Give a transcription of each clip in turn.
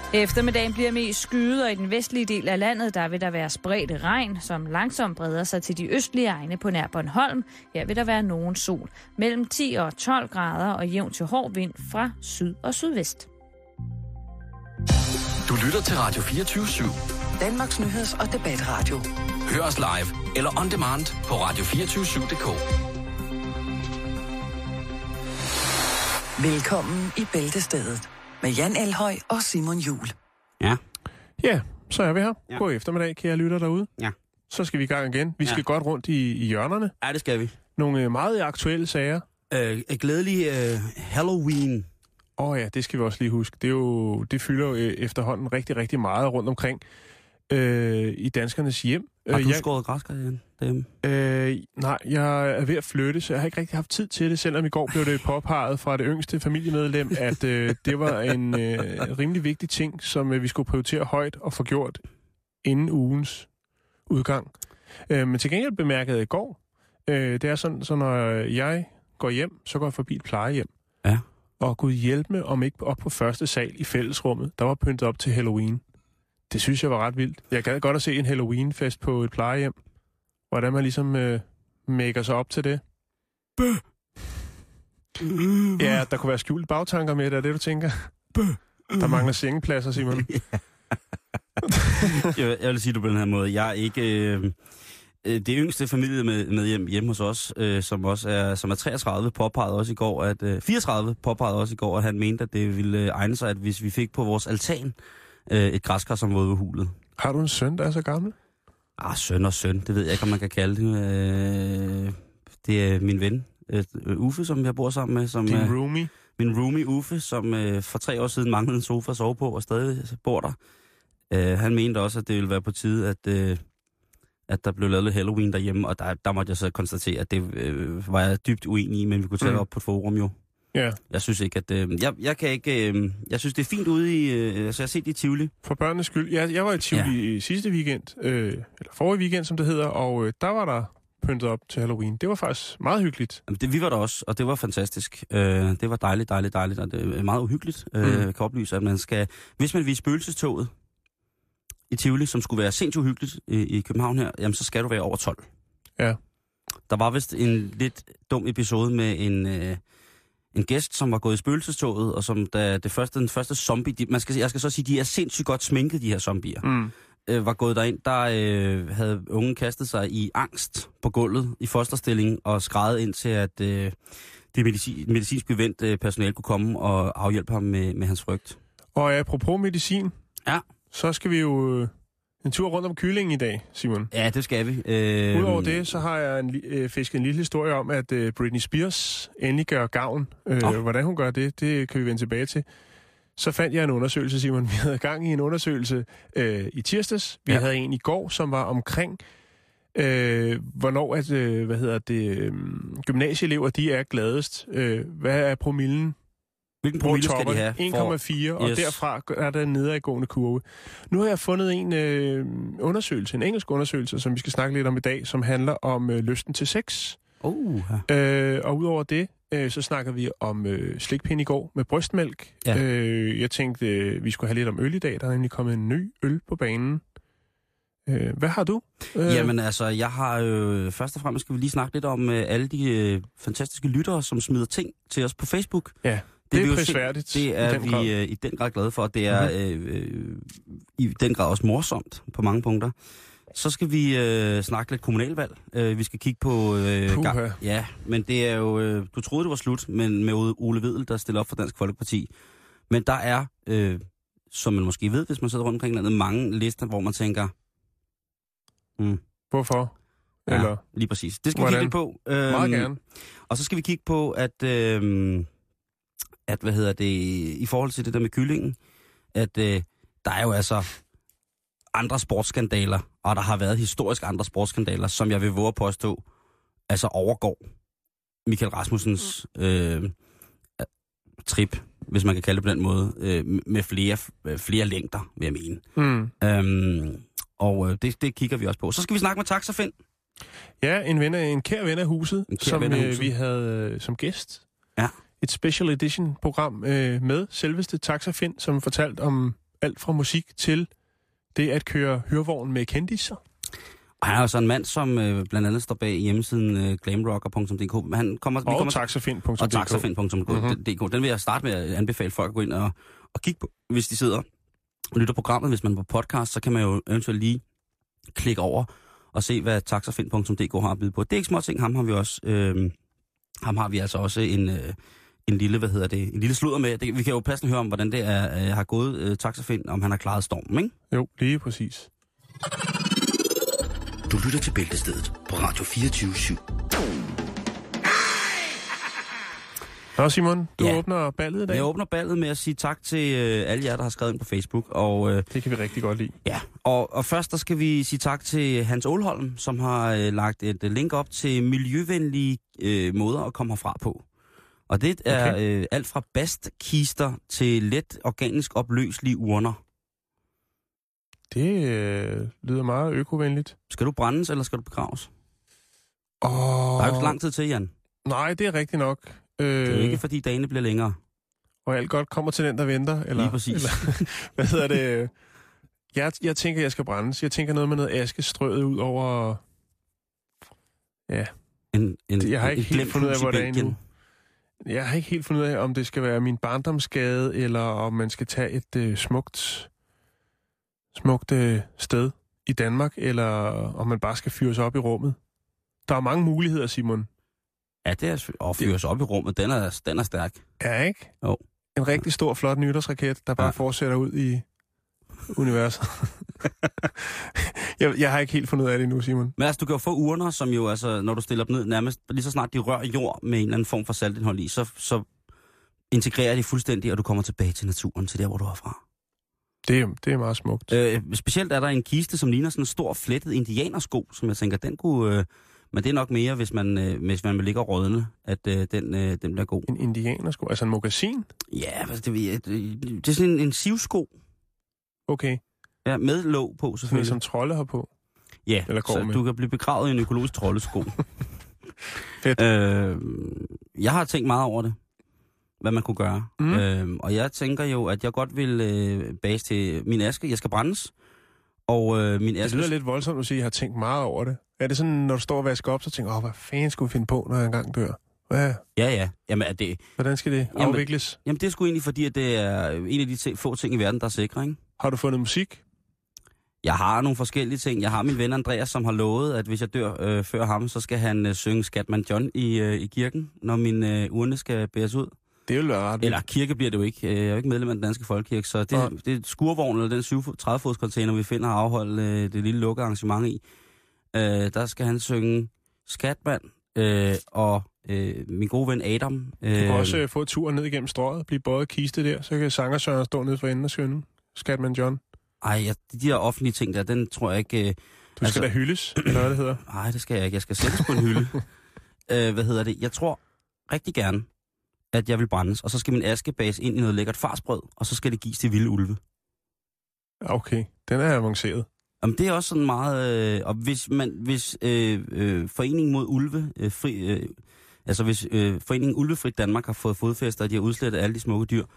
Eftermiddagen bliver mest skyet, og i den vestlige del af landet, der vil der være spredte regn, som langsomt breder sig til de østlige egne på nær Bornholm. Her vil der være nogen sol. Mellem 10 og 12 grader og jævn til hård vind fra syd og sydvest. Du lytter til Radio 24/7. Danmarks nyheds- og debatradio. Hør os live eller on demand på radio247.dk. Velkommen i Bæltestedet med Jan Elhøj og Simon Juhl. Ja. Ja, så er vi her. Ja. God eftermiddag, kære lytter derude. Ja. Så skal vi i gang igen. Vi skal godt rundt i hjørnerne. Ja, det skal vi. Nogle meget aktuelle sager. Glædelig Halloween. Ja, det skal vi også lige huske. Det fylder jo efterhånden rigtig, rigtig meget rundt omkring i danskernes hjem. Har du skåret græskar igen derhjemme? Nej, jeg er ved at flytte, så jeg har ikke rigtig haft tid til det, selvom i går blev det påpeget fra det yngste familiemedlem, at det var en rimelig vigtig ting, som vi skulle prioritere højt og få gjort inden ugens udgang. Men til gengæld bemærkede jeg i går, det er sådan, så når jeg går hjem, så går jeg forbi et plejehjem. Ja. Og Gud hjælpe mig, om ikke op på første sal i fællesrummet, der var pyntet op til Halloween. Det synes jeg var ret vildt. Jeg gad godt at se en Halloween-fest på et plejehjem. Hvordan man ligesom maker sig op til det. Ja, der kunne være skjult bagtanker med det, er det, du tænker? Der mangler sengepladser, Simon. Jeg vil sige det på den her måde. Jeg er ikke... det yngste familie med hjemme hos os, som er 33, påpegede også i går, at 34 påpegede også i går, at han mente, at det ville egne sig, at hvis vi fik på vores altan et græskar, som var udhulet. Har du en søn, der er så gammel? Søn og søn, det ved jeg ikke, om man kan kalde det. Det er min ven, Uffe, som jeg bor sammen med. Som, din roomie? Min roomie Uffe, som for 3 år siden manglede en sofa at sove på, og stadig bor der. Han mente også, at det ville være på tide, at der blev lavet lidt Halloween derhjemme, og der måtte jeg så konstatere, at det var jeg dybt uenig i, men vi kunne tage det op på et forum jo. Ja. Jeg synes ikke, at... Jeg kan ikke... jeg synes, det er fint ude i... så jeg har set det i Tivoli. For børnenes skyld. Jeg var i Tivoli sidste weekend, eller forrige weekend, som det hedder, og der var der pyntet op til Halloween. Det var faktisk meget hyggeligt. Vi var der også, og det var fantastisk. Det var dejligt, og det er meget uhyggeligt. Jeg kan oplyse, at man skal... Hvis man vil spøgelsestoget i Tivoli, som skulle være sindssygt uhyggeligt i København her, jamen så skal du være over 12. Ja. Der var vist en lidt dum episode med en gæst, som var gået i spøgelsestoget, og som da den første zombie... jeg skal så sige, de er sindssygt godt sminket, de her zombier. Var gået derind, der havde ungen kastet sig i angst på gulvet i fosterstilling og skreget ind til, at det medicinsk bevendt personale kunne komme og afhjælpe ham med hans frygt. Og apropos medicin, ja. Så skal vi jo en tur rundt om kyllingen i dag, Simon. Ja, det skal vi. Udover det, så har jeg fisket en lille historie om, at Britney Spears endelig gør gavn. Hvordan hun gør det, det kan vi vende tilbage til. Så fandt jeg en undersøgelse, Simon. Vi havde gang i en undersøgelse i tirsdags. Vi havde en i går, som var omkring, hvornår gymnasieelever de er gladest. Hvad er promillen? Hvilken promille skal de have? 1,4, og derfra er der en nedadgående kurve. Nu har jeg fundet en undersøgelse, en engelsk undersøgelse, som vi skal snakke lidt om i dag, som handler om lysten til sex. Og udover det, så snakker vi om slikpind i går med brystmælk. Ja. Jeg tænkte, vi skulle have lidt om øl i dag. Der er nemlig kommet en ny øl på banen. Hvad har du? Jamen altså, jeg har først og fremmest skal vi lige snakke lidt om alle de fantastiske lyttere, som smider ting til os på Facebook. Ja. Det er prisværdigt. Det er vi i den grad glade for, og det er i den grad også morsomt på mange punkter. Så skal vi snakke lidt kommunalvalg. Vi skal kigge på... ja, men det er jo... du troede, det var slut, men med Ole Vedel, der stiller op for Dansk Folkeparti. Men der er, som man måske ved, hvis man sidder rundt omkring landet, mange lister, hvor man tænker... Hvorfor? Ja, eller lige præcis. Det skal vi kigge lidt på. Meget gerne. Og så skal vi kigge på, at i forhold til det der med kyllingen, at der er jo altså andre sportsskandaler, og der har været historisk andre sportsskandaler, som jeg vil våge at påstå, altså overgår Michael Rasmussens trip, hvis man kan kalde det på den måde, med flere længder, vil jeg mene. Og det kigger vi også på. Så skal vi snakke med Taxafinn. Ja, en kær ven af huset, vi havde som gæst. Ja. Et special edition program med selveste Taxafinn, som fortalte om alt fra musik til det at køre hyrvogn med kendiser. Og han er altså en mand, som blandt andet står bag hjemmesiden glamrocker.dk. Og taxafind.dk. Og taxafind.dk. Den vil jeg starte med at anbefale folk at gå ind og kigge på, hvis de sidder og lytter programmet. Hvis man er på podcast, så kan man jo eventuelt lige klikke over og se, hvad taxafind.dk har at byde på. Det er ikke små ting. Ham har vi altså også en lille, en lille sludder med. Vi kan jo passende høre om, hvordan det har gået Taxafind, om han har klaret stormen, ikke? Jo, lige præcis. Du lytter til Bæltestedet på Radio 24/7. Nå Simon, du åbner ballet i dag. Jeg åbner ballet med at sige tak til alle jer, der har skrevet ind på Facebook. Og, det kan vi rigtig godt lide. Ja, og først der skal vi sige tak til Hans Ålholm, som har lagt et link op til miljøvenlige måder at komme herfra på. Og det er alt fra bastkister til let organisk opløselige urner. Det lyder meget økovenligt. Skal du brændes, eller skal du begraves? Der er jo ikke lang tid til, Jan. Nej, det er rigtigt nok. Det er jo ikke, fordi dagene bliver længere. Og alt godt kommer til den, der venter. Eller, lige præcis. Eller, hvad hedder det? Jeg tænker, jeg skal brændes. Jeg tænker noget med noget aske strøget ud over... Ja. Jeg har ikke helt fundet ud af, hvordan endnu. Jeg har ikke helt fundet ud af, om det skal være min barndomsgade, eller om man skal tage et smukt sted i Danmark, eller om man bare skal fyres op i rummet. Der er mange muligheder, Simon. Ja, det er at fyres op i rummet. Den er stærk. Ja, ikke? Jo. En rigtig stor, flot nytårsraket, der bare fortsætter ud i universet. jeg har ikke helt fundet ud af det endnu, Simon. Men altså, du kan jo få urner, som jo, altså, når du stiller dem ned, nærmest lige så snart de rører jord med en eller anden form for saltindhold i, så integrerer de fuldstændig, og du kommer tilbage til naturen, til der, hvor du er fra. Det er meget smukt. Specielt er der en kiste, som ligner sådan en stor, flettet indianersko, som jeg tænker, den kunne... men det er nok mere, hvis man vil ligge og rådne, at den bliver god. En indianersko? Altså en mokassin? Ja, altså, det er sådan en sivsko. Okay. Ja, med låg på, selvfølgelig. Som trolde har på? Ja, eller går så med. Du kan blive begravet i en økologisk troldesko. Fedt. Jeg har tænkt meget over det, hvad man kunne gøre. Og jeg tænker jo, at jeg godt vil base til min aske. Jeg skal brændes. Og min aske... Det lyder lidt voldsomt at sige, at jeg har tænkt meget over det. Er det sådan, når du står og vasker op, så tænker du, hvad fanden skulle vi finde på, når jeg engang dør? Hvad? Ja. Jamen, er det... Hvordan skal det afvikles? Jamen, det er sgu egentlig, fordi at det er en af de få ting i verden, der er sikre, ikke? Har du fundet musik? Jeg har nogle forskellige ting. Jeg har min ven Andreas, som har lovet, at hvis jeg dør før ham, så skal han synge Scatman John i kirken, når min urne skal bæres ud. Det vil være ret. Eller kirke bliver det jo ikke. Jeg er jo ikke medlem af den danske folkekirke, så det er skurvogn, eller den 30-fods container, vi finder og afholde det lille lukkede arrangement i. Der skal han synge Scatman og min gode ven Adam. Du kan også få turen ned igennem strøget, blive bøjet kiste der, så kan sanger Søren stå nede for enden og synge Scatman John. Ej, de der offentlige ting der, den tror jeg ikke... Du skal da hyldes, eller hvad det hedder? Nej, det skal jeg ikke. Jeg skal sættes på en hylde. Hvad hedder det? Jeg tror rigtig gerne, at jeg vil brændes, og så skal min aske bages ind i noget lækkert farsbrød, og så skal det gives til vilde ulve. Okay, den er avanceret. Jamen, det er også sådan meget... og hvis Foreningen mod Ulve hvis Foreningen Ulvefrit Danmark har fået fodfæster, og de har udslettet alle de smukke dyr,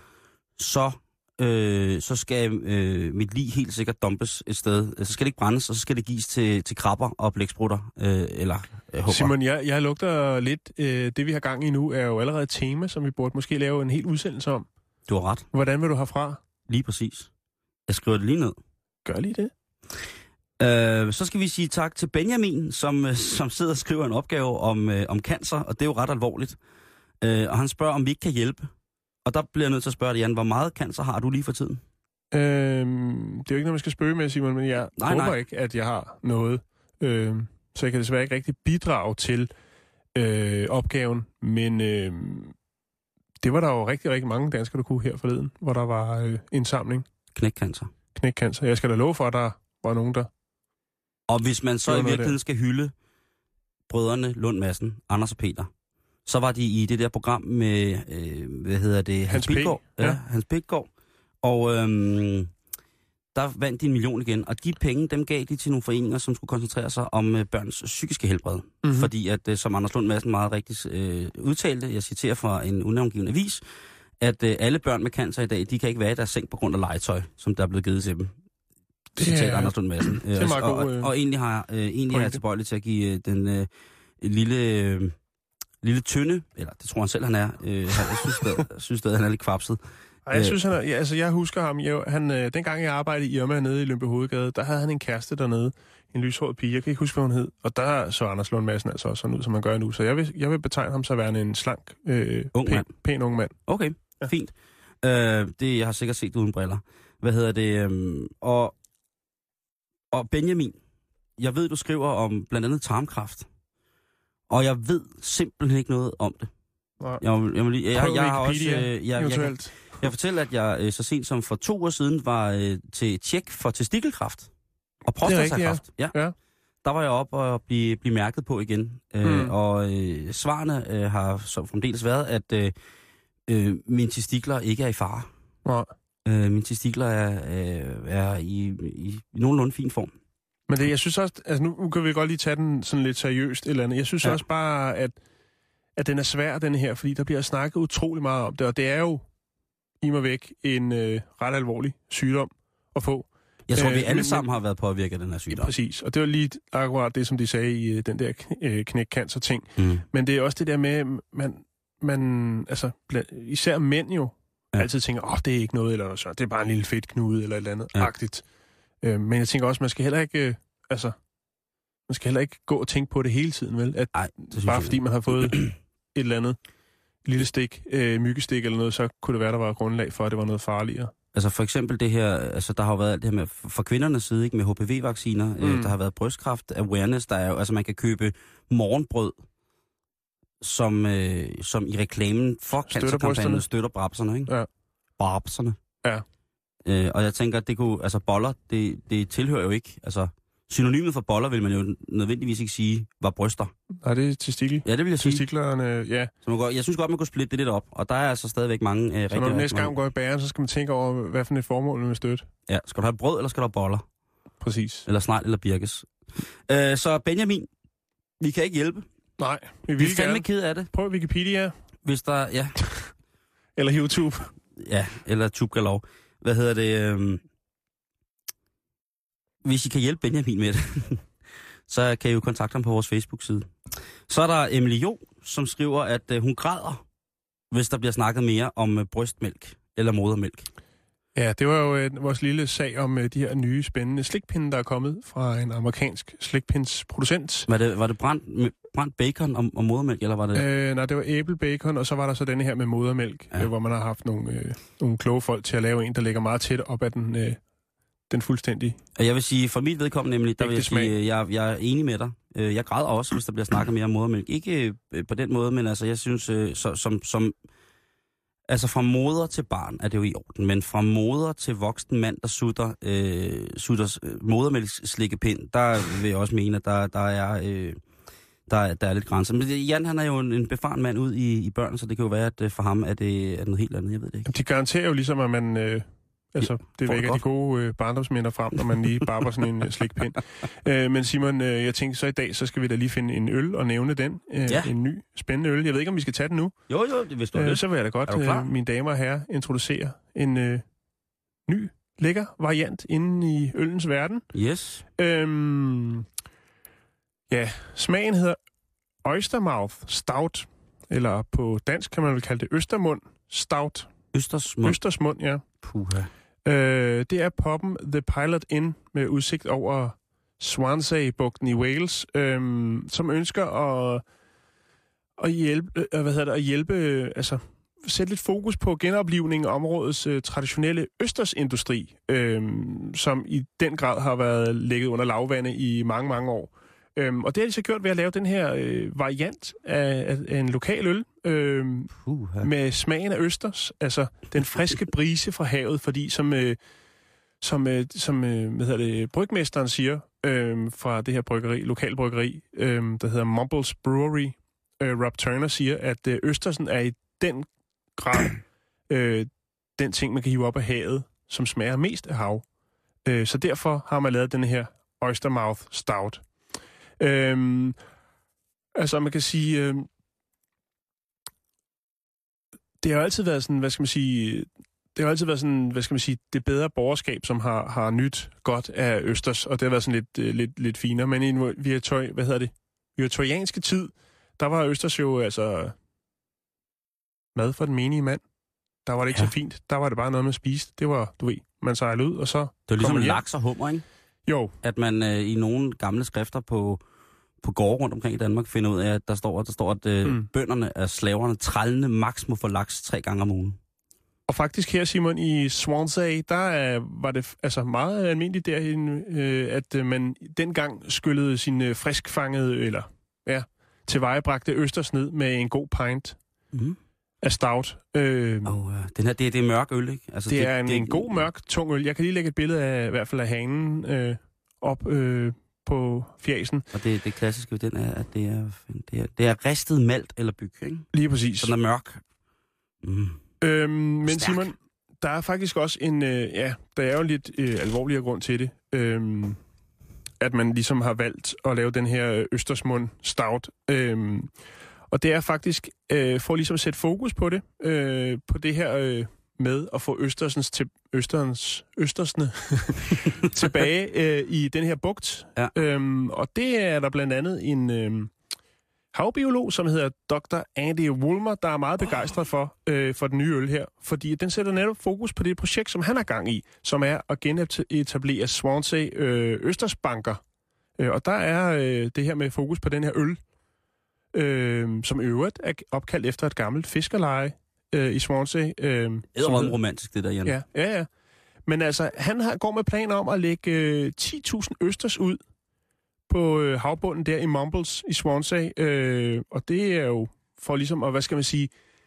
så skal mit lig helt sikkert dumpes et sted. Så skal det ikke brændes, og så skal det gives til krabber og blæksprutter eller hugger. Simon, jeg lugter lidt. Det vi har gang i nu er jo allerede et tema, som vi burde måske lave en hel udsendelse om. Du har ret. Hvordan vil du herfra? Lige præcis. Jeg skriver det lige ned. Gør lige det. Så skal vi sige tak til Benjamin, som sidder og skriver en opgave om cancer, og det er jo ret alvorligt. Og han spørger, om vi ikke kan hjælpe. Og der bliver jeg nødt til at spørge dig, Jan, hvor meget cancer har du lige for tiden? Det er jo ikke noget, man skal spøge med, Simon, men jeg håber ikke, at jeg har noget. Så jeg kan desværre ikke rigtig bidrage til opgaven. Men det var der jo rigtig, rigtig mange danskere, der kunne her forleden, hvor der var indsamling. Knækcancer. Jeg skal da love for, at der var nogen, der... Og hvis man så i virkeligheden skal hylde brødrene Lund Madsen, Anders og Peter, så var de i det der program med, Hans Pilgaard. Ja, Hans Pilgaard. Og der vandt de 1 million igen. Og de penge, dem gav de til nogle foreninger, som skulle koncentrere sig om børns psykiske helbred. Mm-hmm. Fordi at, som Anders Lund Madsen meget rigtigt udtalte, jeg citerer fra en unavngiven avis, at alle børn med cancer i dag, de kan ikke være i deres seng på grund af legetøj, som der er blevet givet til dem. Citat Anders Lund Madsen. Det er meget god, og egentlig har jeg tilbøjelig til at give den lille tynde, eller det tror han selv, han er. Jeg synes stadig, han er lidt kvapset. Ej, jeg synes, jeg husker ham. Dengang jeg arbejdede i Irma nede i Lønby Hovedgade, der havde han en kæreste dernede, en lyshåret pige. Jeg kan ikke huske, hvad hun hed. Og der så Anders Lund Madsen altså også sådan ud, som man gør nu. Så jeg vil betegne ham så værende en slank, pæn ung mand. Okay, ja. Fint. Jeg har sikkert set det uden briller. Hvad hedder det? Og Benjamin, jeg ved, du skriver om blandt andet tarmkræft. Og jeg ved simpelthen ikke noget om det. Jeg har også... Jeg fortæller, at jeg så sent som for 2 år siden var til tjek for testikelkræft og prostatakræft. Ja. Der var jeg op og blive mærket på igen. Og svarene har så fremdeles været, at mine testikler ikke er i fare. Mine testikler er i nogenlunde fin form. Men jeg synes også, altså nu kan vi godt lige tage den sådan lidt seriøst eller andet. Jeg synes også bare, at den er svær, den her, fordi der bliver snakket utrolig meget om det, og det er jo i mig væk en ret alvorlig sygdom at få. Jeg tror, vi alle sammen har været påvirket af den her sygdom. Ja, præcis, og det var lige akkurat det, som de sagde i den der knækcancer-ting. Men det er også det der med, man altså, især mænd jo, altid tænker, det er ikke noget, eller så, det er bare en lille fedt knude, eller et eller andet agtigt. Men jeg tænker også, man skal heller ikke gå og tænke på det hele tiden, vel? At bare fordi man har fået et eller andet lille stik, myggestik eller noget, så kunne det være, der var grundlag for, at det var noget farligere. Altså for eksempel det her, altså der har jo været alt det her med, for kvindernes side, ikke, med HPV-vacciner, der har været brystkræft, awareness, der er jo, altså man kan købe morgenbrød, som i reklamen for cancerkampagnen støtter brabserne, ikke? Ja. Brabserne. Ja. Og jeg tænker, at det kunne, altså boller, det tilhører jo ikke, altså synonymet for boller vil man jo nødvendigvis ikke sige, var bryster. Nej, det er testikel. Ja, det vil jeg sige. Testiklerne, ja. Så jeg synes godt, man kunne splitte det lidt op, og der er altså stadigvæk mange så når du næste gang går i bæren, så skal man tænke over, hvad for et formål med støtte. Ja, skal du have brød, eller skal du have boller? Præcis. Eller snegl, eller birkes. Så Benjamin, vi kan ikke hjælpe. Nej, vi er fandme ked af det. Prøv Wikipedia. Hvis der, ja. Eller YouTube. Ja, eller Tubegalov. Hvad hedder det? Hvis I kan hjælpe Benjamin med det, så kan I jo kontakte ham på vores Facebook-side. Så er der Emily Jo, som skriver, at hun græder, hvis der bliver snakket mere om brystmælk eller modermælk. Ja, det var jo vores lille sag om de her nye spændende slikpinde, der er kommet fra en amerikansk slikpindsproducent. Var det brændt bacon og modermælk, eller var det? Nej, det var æblebacon, og så var der så denne her med modermælk, hvor man har haft nogle kloge folk til at lave en, der ligger meget tæt op ad den fuldstændige. Og jeg vil sige, for mit vedkommende nemlig, der vil jeg sige, jeg er enig med dig. Jeg græder også, hvis der bliver snakket mere om modermælk. Ikke på den måde, men altså, jeg synes, altså fra moder til barn er det jo i orden, men fra moder til voksen mand, der sutter modermælksslikkepind, der vil jeg også mene, at der er lidt grænser. Men Jan, han er jo en befaren mand ud i børn, så det kan jo være, at for ham er det noget helt andet, jeg ved det ikke. De garanterer jo ligesom, at man... det vækker de gode barndomsminder frem, når man lige barber sådan en slikpind. Men Simon, jeg tænkte så i dag, så skal vi da lige finde en øl og nævne den. En ny, spændende øl. Jeg ved ikke, om vi skal tage den nu. Jo, hvis du vil. Så vil jeg da godt, mine damer og herrer, introducere en ny, lækker variant inde i ølens verden. Yes. Smagen hedder Oystermouth Stout. Eller på dansk kan man vel kalde det Østermund Stout. Østersmund, ja. Puha. Det er puben The Pilot Inn med udsigt over Swansea-bugten i Wales, som ønsker at hjælpe, sætte lidt fokus på genoplivning af områdets traditionelle østersindustri, som i den grad har været ligget under lavvande i mange, mange år. Og det har de så gjort ved at lave den her variant af en lokal øl med smagen af østers, altså den friske brise fra havet, fordi som brygmesteren siger fra det her bryggeri, lokal bryggeri, der hedder Mumbles Brewery, Rob Turner siger, at østersen er i den grad den ting, man kan hive op af havet, som smager mest af hav. Så derfor har man lavet den her Oystermouth Stout. Man kan sige, det har jo altid været sådan, det bedre borgerskab, som har nyt godt af østers, og det har været sådan lidt finere. Men i viktorianske tid, der var østers jo altså mad for den menige mand. Der var det ikke så fint. Der var det bare noget, man spiste. Det var, man sejlede ud, og så... Det var ligesom laks og hummer, ikke? Jo. At man i nogle gamle skrifter på gårde rundt omkring i Danmark finder ud af, at der står at bønderne af slaverne, trællene, maks må få laks 3 gange om ugen. Og faktisk her, Simon, i Swansea, der var det altså meget almindeligt derhen, at man dengang skyllede sin friskfangede, tilvejebragte østers ned med en god pint af stout. Den her, det er mørk øl, ikke? Altså, det er en god, mørk, tung øl. Jeg kan lige lægge et billede af, i hvert fald af hanen op på fjæsen. Og det klassiske ved den er, at det er ristet malt eller byg, ikke? Lige præcis. Så den er mørk. Men Simon, der er faktisk også der er jo lidt alvorligere grund til det. At man ligesom har valgt at lave den her Østersmund Stout. Og det er faktisk for ligesom at sætte fokus på det. På det her med at få østersne tilbage i den her bugt. Ja. Og det er der blandt andet en havbiolog, som hedder Dr. Andy Woolmer, der er meget begejstret for den nye øl her. Fordi den sætter netop fokus på det projekt, som han har gang i, som er at genetablere Swansea Østersbanker. Og der er det her med fokus på den her øl, som øvrigt er opkaldt efter et gammelt fiskerleje i Swansea. Det er meget romantisk, det der, Jan. Ja. Men altså, han går med planer om at lægge 10.000 østers ud på havbunden der i Mumbles i Swansea. Og det er jo for ligesom at, hvad skal man sige,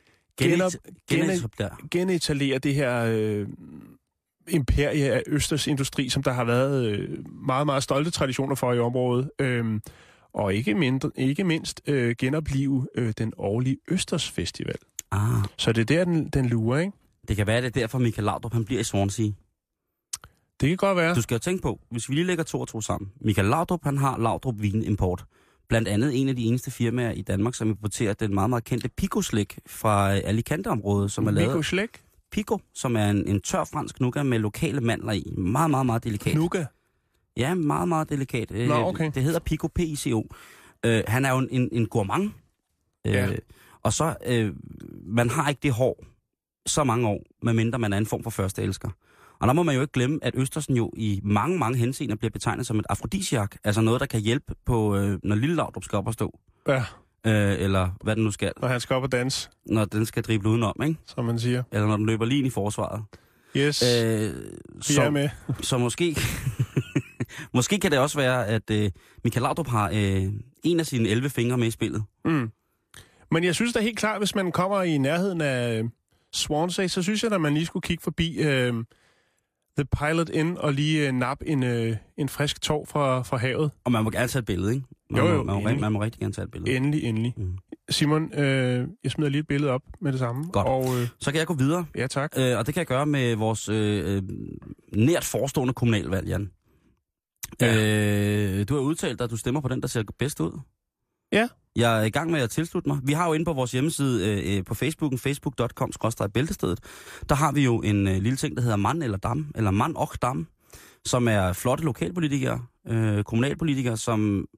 genetablere det her imperie af østersindustri, som der har været meget, meget stolte traditioner for i området. Og ikke mindst genoplive den årlige Østersfestival. Så det er der, den lurer, ikke? Det kan være, det er derfor Michael Laudrup, han bliver i Swansea. Det kan godt være. Du skal jo tænke på, hvis vi lige lægger 2 og 2 sammen. Michael Laudrup, han har Laudrup Vin Import. Blandt andet en af de eneste firmaer i Danmark, som importerer den meget, meget kendte Pico-slik fra Alicante-området, som er lavet... Pico-slik? Pico, som er en tør fransk nougat med lokale mandler i. Meget, meget, meget delikat. Nougat? Ja, meget, meget delikat. Nå, okay. Det hedder Pico, P-I-C-O. Han er jo en gourmand. Og så, man har ikke det hår så mange år, medmindre man er en form for første elsker. Og der må man jo ikke glemme, at østersen jo i mange, mange henseender bliver betegnet som et afrodisiak. Altså noget, der kan hjælpe på, når lille Laudrup skal op og stå. Ja. Eller hvad den nu skal. Når han skal op og danse. Når den skal drible udenom, ikke? Som man siger. Eller når den løber lige ind i forsvaret. Yes, vi er med. Så måske... måske kan det også være, at Michael Laudrup har en af sine 11 fingre med i spillet. Men jeg synes da helt klart, hvis man kommer i nærheden af Swansea, så synes jeg, at man lige skulle kigge forbi The Pilot Inn og lige nappe en frisk tår fra havet. Og man må gerne tage et billede, ikke? Man må rigtig gerne tage et billede. Endelig. Simon, jeg smider lige et billede op med det samme. Godt. Og, så kan jeg gå videre. Ja, tak. Og det kan jeg gøre med vores nært forestående kommunalvalg, Jan. Ja. Du har udtalt dig, at du stemmer på den, der ser bedst ud. Ja. Jeg er i gang med at tilslutte mig. Vi har jo inde på vores hjemmeside på Facebooken, facebook.com/bæltestedet, der har vi jo en lille ting, der hedder Mann eller Dam, eller Mann och Dam, som er flotte lokalpolitikere, kommunalpolitikere, som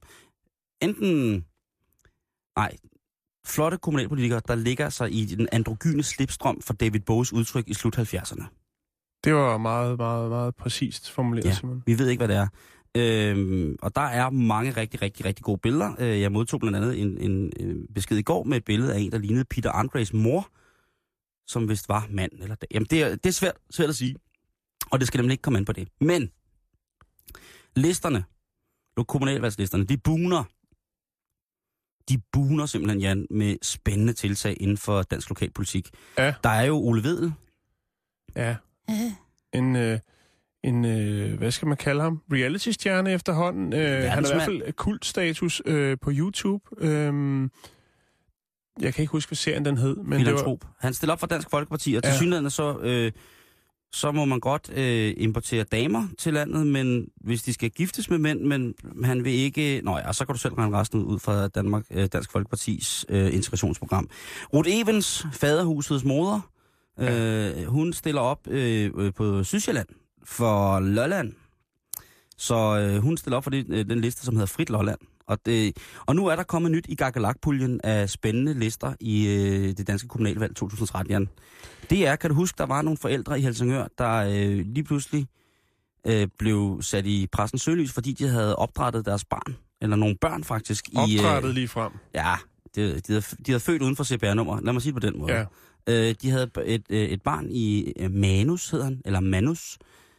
flotte kommunalpolitikere, der ligger sig i den androgyne slipstrøm for David Bowies udtryk i slut 70'erne. Det var meget, meget, meget præcist formuleret, Simon. Vi ved ikke, hvad det er. Og der er mange rigtig, rigtig, rigtig gode billeder. Jeg modtog blandt andet en besked i går med et billede af en, der lignede Peter Andres mor, som vist var mand. Eller jamen, det er svært at sige, og det skal nemlig ikke komme an på det. Men listerne, kommunalvalgslisterne, de buner simpelthen, Jan, med spændende tiltag inden for dansk lokalpolitik. Ja. Der er jo Ole Vedel. Ja. En hvad skal man kalde ham? Reality-stjerne efterhånden. Han har i hvert fald kultstatus på YouTube. Jeg kan ikke huske, hvad serien den hed. Men det var... Han stiller op for Dansk Folkeparti, og tilsyneladende så så må man godt importere damer til landet, men hvis de skal giftes med mænd, men han vil ikke... Nå ja, så kan du selv regne resten ud fra Dansk Folkepartis integrationsprogram. Ruth Evens, faderhusets moder, hun stiller op på Sydsjælland for Lolland. Så hun stiller op for den liste, som hedder Frit Lolland. Og nu er der kommet nyt i Gagalak-puljen af spændende lister i det danske kommunalvalg 2013, Jan. Det er, kan du huske, der var nogle forældre i Helsingør, der lige pludselig blev sat i pressens søgelys, fordi de havde opdrættet deres barn, eller nogle børn faktisk. Opdrættet lige frem? Ja, de havde født uden for CPR-nummer, lad mig sige det på den måde. Ja. De havde et barn i Manus, hedder han, eller Manus,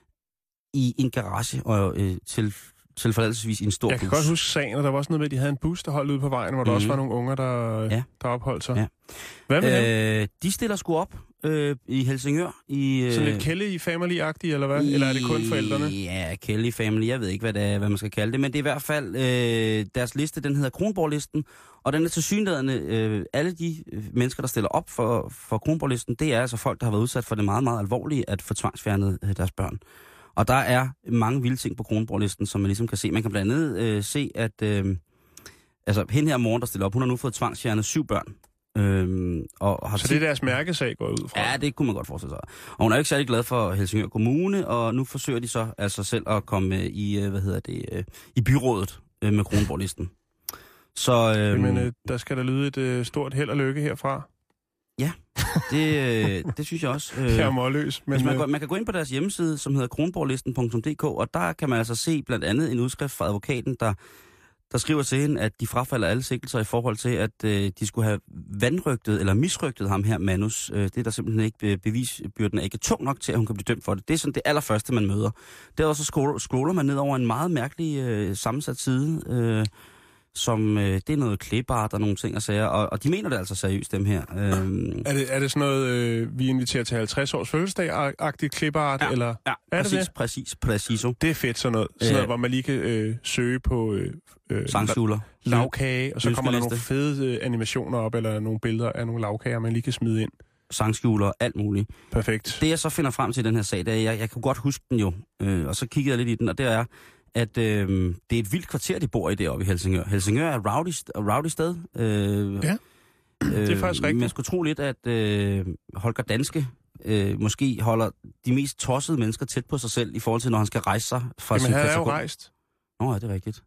i en garage og tilfældigvis i en stor bus. Jeg kan godt huske sagen, og der var også noget med, at de havde en bus, der holdt ude på vejen, hvor der også var nogle unger, der opholdt sig. Ja. Hvad med dem? De stiller sgu op i Helsingør. Sådan lidt Kelly Family-agtigt, eller hvad? Eller er det kun forældrene? Ja, Kelly Family, jeg ved ikke, hvad man skal kalde det, men det er i hvert fald deres liste, den hedder Kronborg-listen, og den er tilsyneladende alle de mennesker, der stiller op for Kronborg-listen, det er altså folk, der har været udsat for det meget, meget alvorlige at få tvangsfjernet deres børn. Og der er mange vilde ting på Kronborg-listen, som man ligesom kan se. Man kan blandt andet se, at hende her morgen, der stiller op, hun har nu fået tvangsfjernet 7 børn. Og har så det er deres mærkesag går ud fra? Ja, det kunne man godt forestille sig. Og hun er ikke særlig glad for Helsingør Kommune, og nu forsøger de så altså selv at komme i, i byrådet med Kronborg-listen. Så, men der skal der lyde et stort held og lykke herfra. Ja, det synes jeg også. Jeg er målløs. Men man kan gå ind på deres hjemmeside, som hedder kronborglisten.dk, og der kan man altså se blandt andet en udskrift fra advokaten, der skriver til hende, at de frafalder alle sigtelser i forhold til, at de skulle have vandrygtet eller misrygtet ham her, Manus. Det er der simpelthen ikke bevisbyrden er ikke tung nok til, at hun kan blive dømt for det. Det er sådan det allerførste, man møder. Derudover så scroller man ned over en meget mærkelig sammensat side, som det er noget klipart og nogle ting og sager, og de mener det altså seriøst, dem her. Er det sådan noget, vi inviterer til 50 års fødselsdag-agtigt klipart? Ja, eller? Ja, er præcis. Det er fedt sådan noget, hvor man lige kan søge på sangskjuler, lavkage, og så kommer der nogle fede animationer op, eller nogle billeder af nogle lavkager, man lige kan smide ind. Sangskjuler, alt muligt. Perfekt. Det jeg så finder frem til den her sag, det er, jeg kunne godt huske den jo, og så kiggede jeg lidt i den, og det er, at det er et vildt kvarter, de bor i deroppe i Helsingør. Helsingør er rowdy sted. Ja, det er faktisk rigtigt. Man skulle tro lidt, at Holger Danske måske holder de mest tossede mennesker tæt på sig selv, i forhold til, når han skal rejse sig fra sin han er jo rejst. Nå, ja, det er rigtigt.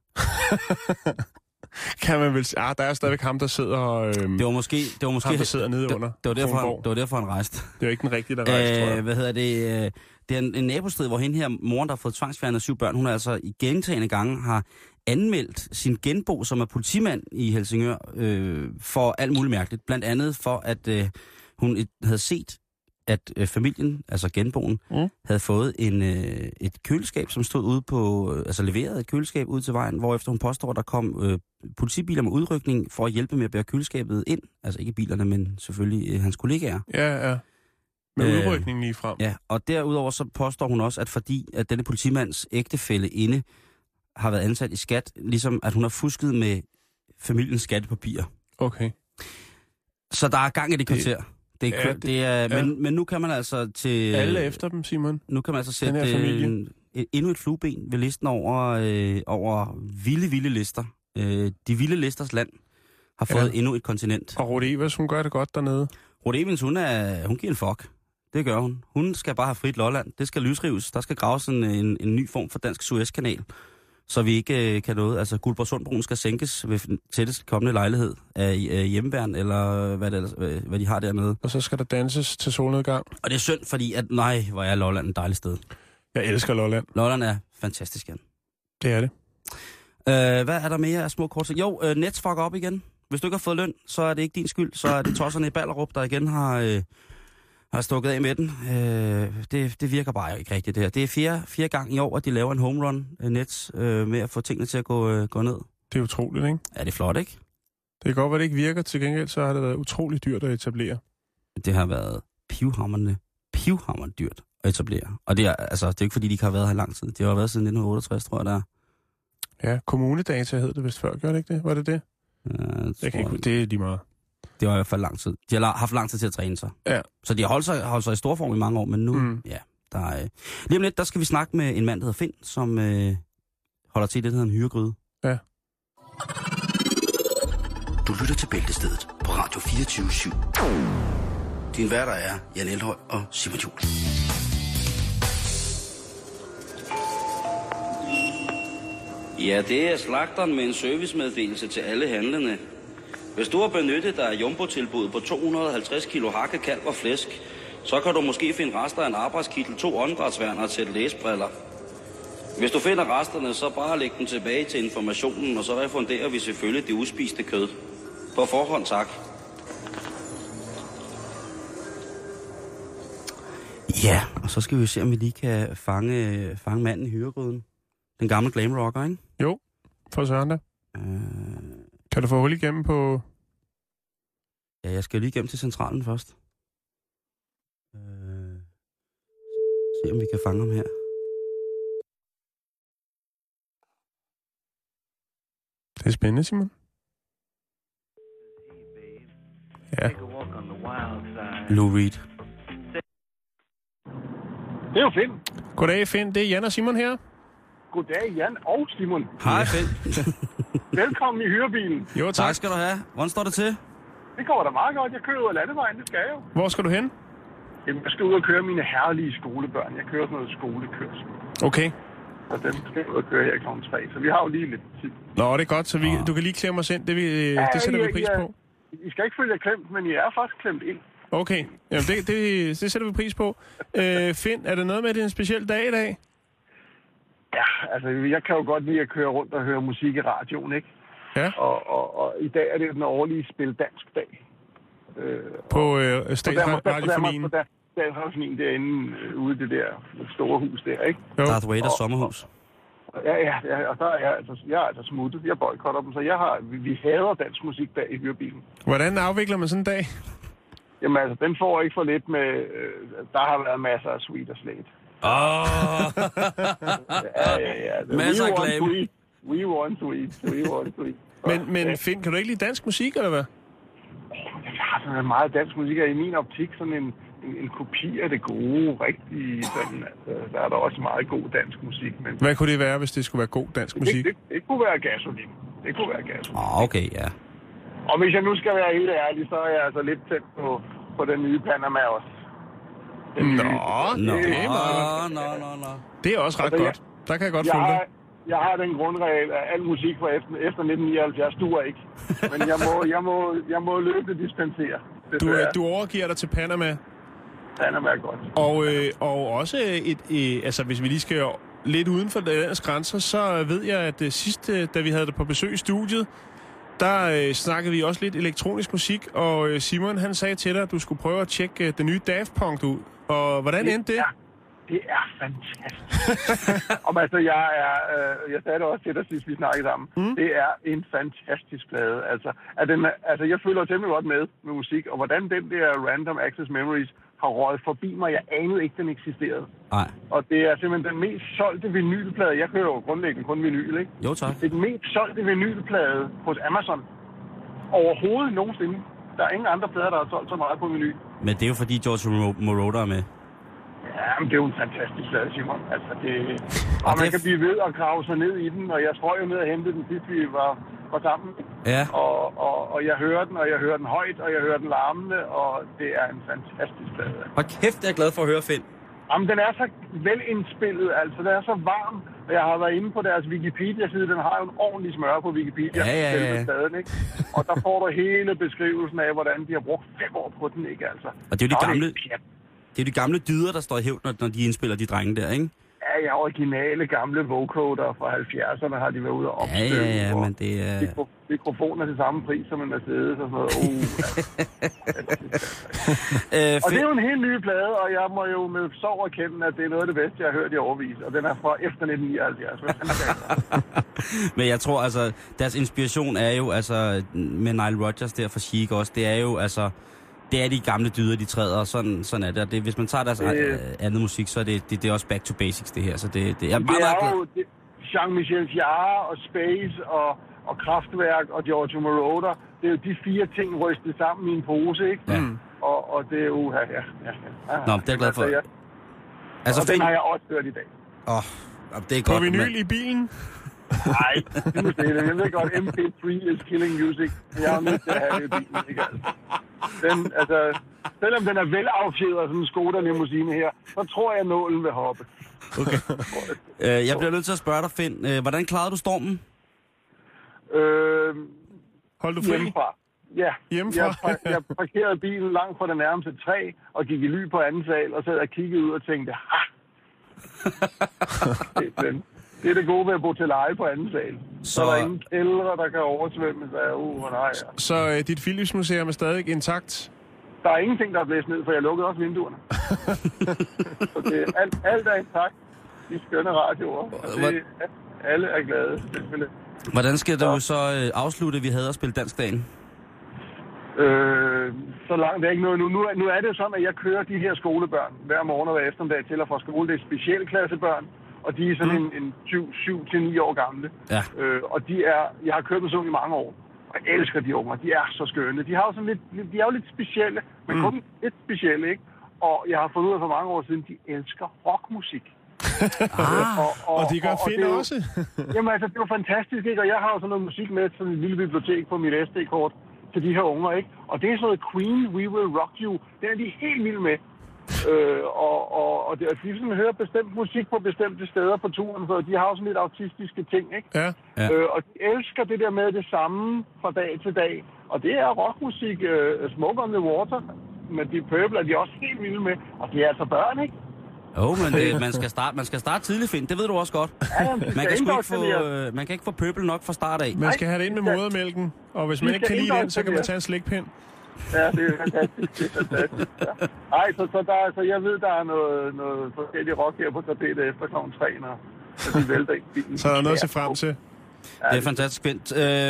Kan man vel... der er stadigvæk ham, der sidder og... Det var måske ham, der sidder nede under. Det var derfor, han rejste. Det er jo ikke den rigtige, der rejste, tror jeg. Hvad hedder det? Det er en nabostrid, hvor hende her, moren, der har fået tvangsfjernet 7 børn, hun altså i gentagende gange har anmeldt sin genbo, som er politimand i Helsingør, for alt muligt mærkeligt. Blandt andet for, at hun havde set, at familien, altså genboen, havde fået et køleskab, som stod ude på, altså leveret et køleskab ud til vejen, hvorefter hun påstår, at der kom politibiler med udrykning for at hjælpe med at bære køleskabet ind. Altså ikke bilerne, men selvfølgelig hans kollegaer. Ja. Med udrykningen lige frem. Ja, og derudover så påstår hun også, at fordi at denne politimands ægtefælle inde har været ansat i skat, ligesom at hun har fusket med familiens skattepapirer. Okay. Så der er gang i det kvarter. Men nu kan man altså til... Alle efter dem, Simon. Nu kan man altså sætte endnu et flueben ved listen over vilde lister. De vilde listers land har fået endnu et kontinent. Og Ruth Evers, hun gør det godt dernede. Ruth Evers, hun giver en fuck. Det gør hun. Hun skal bare have frit Lolland. Det skal lysrives. Der skal graves en ny form for dansk Suezkanal, så vi ikke kan noget. Altså, Guldborgsundbroen skal sænkes ved tættest kommende lejlighed af hjemmeværn, eller hvad de har dernede. Og så skal der danses til solnedgang. Og det er synd, fordi at, hvor er Lolland et dejligt sted. Jeg elsker Lolland. Lolland er fantastisk, Jan. Det er det. Hvad er der mere af små kort? Jo, Nets fucker op igen. Hvis du ikke har fået løn, så er det ikke din skyld. Så er det tosserne i Ballerup, der igen har stukket af med den. Det virker bare ikke rigtigt, det her. Det er fjerde gang i år, at de laver en home run Nets med at få tingene til at gå ned. Det er utroligt, ikke? Ja, det er flot, ikke? Det kan godt være, det ikke virker. Til gengæld så har det været utroligt dyrt at etablere. Det har været pivhamrende dyrt at etablere. Og det er ikke fordi, de ikke har været her lang tid. Det har været siden 1968, tror jeg, der er. Ja, kommunedata hed det vist før. Gør det ikke det? Var det det? Ja, det er lige meget. Det var i hvert fald lang tid. De har haft lang tid til at træne sig. Ja. Så de har holdt sig i stor form i mange år, men nu, Lige om lidt, der skal vi snakke med en mand, der hedder Finn, som holder til i det, der hedder en hyregryde. Ja. Du lytter til Bæltestedet på Radio 24/7. Din værter er Jan Elhøj og Simon Juhl. Ja, det er slagteren med en servicemeddelelse til alle handlende. Hvis du har benyttet dig af jumbo-tilbuddet på 250 kilo hakke, kalv og flæsk, så kan du måske finde rester af en arbejdskittel, 2 åndedrætsværner til læsebriller. Hvis du finder resterne, så bare læg dem tilbage til informationen, og så refunderer vi selvfølgelig det uspiste kød. På forhånd, tak. Ja, og så skal vi se, om vi lige kan fange manden i hyregryden. Den gamle glam rocker, ikke? Jo, for søren da. Kan du få hul igennem på... Ja, jeg skal lige igennem til centralen først. Se, om vi kan fange ham her. Det er spændende, Simon. Ja. Lou Reed. Det er jo Finn. Goddag, Finn. Det er Jan og Simon her. Goddag, Jan og Simon. Hej, Finn. Velkommen i hyrebilen. Jo, tak. Tak skal du have. Hvordan står det til? Det går da meget godt. Jeg kører ud af landevejen, det skal jeg jo. Hvor skal du hen? Jamen, jeg skal ud og køre mine herlige skolebørn. Jeg kører sådan noget skolekørsel. Okay. Og dem skal jeg ud og køre her kl. 3, så vi har jo lige lidt tid. Nå, det er godt, så du kan lige klemme os ind. Det sætter vi pris på. I skal ikke føle jer klemt, men I er faktisk klemt ind. Okay, jamen det sætter vi pris på. Finn, er det noget med, at det er en speciel dag i dag? Ja, altså jeg kan jo godt lide at køre rundt og høre musik i radioen, ikke? Ja. Og i dag er det den årlige Spil Dansk Dag. På Statsradiofonien? Der er sådan en derinde ude i det der store hus der, ikke? Jo. Darth Vaders sommerhus. Ja, og der er jeg er altså smuttet. Jeg boykotter dem, så vi hader dansk musikdag i hyrebilen. Hvordan afvikler man sådan en dag? Jamen altså, den får ikke for lidt med... der har været masser af sweet og slate. Ja. Masser af glam. We want sweet. Men Finn, kan du ikke lide dansk musik, eller hvad? Jeg har sådan meget dansk musik, og i min optik sådan en kopi af det gode, rigtige, sådan, altså, der er der også meget god dansk musik. Men hvad kunne det være, hvis det skulle være god dansk musik? Det kunne være Gasolin. Okay, ja. Og hvis jeg nu skal være helt ærlig, så er jeg altså lidt tæt på den nye Panama også. Nå. Det er også ret altså, godt. Der kan jeg godt følge dig. Jeg har den grundregel, at al musik fra efter 1979 duer ikke. Men jeg må løbende dispensere. Du overgiver dig til Panama. Panama er godt. Og også altså hvis vi lige skal lidt uden for landets grænser, så ved jeg, at sidst, da vi havde det på besøg i studiet, der snakkede vi også lidt elektronisk musik, og Simon han sagde til dig, at du skulle prøve at tjekke det nye Daft Punk ud. Og hvordan endte det? Ja, det er fantastisk. Altså, jeg sagde det også til dig sidst, vi snakkede sammen. Det er en fantastisk plade. Altså, jeg føler temmelig godt med musik, og hvordan den der Random Access Memories har røget forbi mig. Jeg anede ikke, den eksisterede. Nej. Og det er simpelthen den mest solgte vinylplade. Jeg kører jo grundlæggende kun vinyl, ikke? Jo, tak. Det er den mest solgte vinylplade hos Amazon. Overhovedet nogensinde. Der er ingen andre plader, der har solgt så meget på vinyl. Men det er jo fordi George Moroder er med. Ja, men det er jo en fantastisk plade, Simon. Altså, og man kan blive ved at grave sig ned i den, og jeg strøg jo ned og hentede den sidst, vi var sammen. Ja. Og jeg hører den, og jeg hører den højt, og jeg hører den larmende, og det er en fantastisk plade. Og kæft, jeg er glad for at høre, Finn. Jamen, den er så velindspillet, altså. Den er så varm, og jeg har været inde på deres Wikipedia-side. Den har jo en ordentlig smør på Wikipedia. Ja. Staden, ikke? Og der får du hele beskrivelsen af, hvordan de har brugt 5 år på den, ikke altså. Og det er jo de gamle dyder, der står i hævd, når de indspiller de drenge der, ikke? Ja, originale gamle vocoder fra 70'erne har de været ude og opstøve. Ja, men det er... Mikrofoner til samme pris som en Mercedes og sådan noget. Og det er jo en helt ny plade, og jeg må jo med sorg erkende, at det er noget af det bedste, jeg har hørt i årevis. Og den er fra efter 1979. Men jeg tror altså, deres inspiration er jo altså med Nile Rodgers der for Chic også. Det er jo altså... Det er de gamle dyder, de træder, og sådan er det. Og hvis man tager deres andet musik, så er det er også back to basics, det her. Så det er meget jo Jean-Michel Jarre og Space og Kraftwerk og Giorgio Moroder. Det er jo de 4 ting rystet sammen i en pose, ikke? Ja. Og det er jo... Ja. Nå, det er jeg glad for. Altså, og den har jeg også hørt i dag. Det er godt. På vinyl i bilen? Nej, det må sige det. Jeg ved godt, MP3 is killing music. Jeg er nødt til at have det i bilen, ikke altså? Selvom den er velaffjedret, sådan en Skoda limousine her, så tror jeg, nålen vil hoppe. Okay. Jeg bliver nødt til at spørge dig, Finn. Hvordan klarede du stormen? Hold du fri? Hjemmefra. Ja. Hjemmefra? Jeg parkerede bilen langt fra det nærmeste træ, og gik i ly på anden sal, og sad og kiggede ud og tænkte, det er det gode ved at bo til leje på anden sal. Så der er ingen kældre, der kan oversvømmes af Så dit Philips-museum er stadig intakt? Der er ingenting, der er blæst ned, for jeg lukkede også vinduerne. Så det, alt er intakt. De skønne radioer. Alle er glade. Hvordan skal du så afslutte, vi havde at spille Danskdagen? Så langt det er ikke noget nu. Nu er det sådan, at jeg kører de her skolebørn hver morgen og hver eftermiddag til og fra skole. Det er specialklassebørn, og de er sådan en 7-9 år gamle. Ja. Og jeg har kørt med sådan i mange år. Og jeg elsker de unger. De er så skønne. De har jo sådan de er jo lidt specielle, men kun lidt specielle, ikke? Og jeg har fundet ud af for mange år siden, de elsker rockmusik. Og de gør Finn også. Jamen altså, det var fantastisk, ikke? Og jeg har jo sådan noget musik med, sådan et lille bibliotek på mit SD-kort til de her unger, ikke? Og det er sådan noget Queen, We Will Rock You. Den er de helt vilde med. Og de sådan hører bestemt musik på bestemte steder på turen, for de har jo sådan lidt autistiske ting, ikke? Ja. Og de elsker det der med det samme fra dag til dag. Og det er rockmusik, Smoke on the Water, men de Purple er de også helt vilde med. Og det er altså børn, ikke? Men man skal starte tidligt, Finn. Det ved du også godt. Ja, man kan ikke få Purple nok fra start af. Man skal have det ind med modermælken, og hvis man ikke kan lide den, så kan man tage en slikpind. Ja, det er fantastisk. Ja. Ej, så jeg ved, der er noget forskellige rock her på tapetet efter kl. 3, når de vælter ikke bilen. Så er der noget at se frem til. Ja, det er fantastisk fint.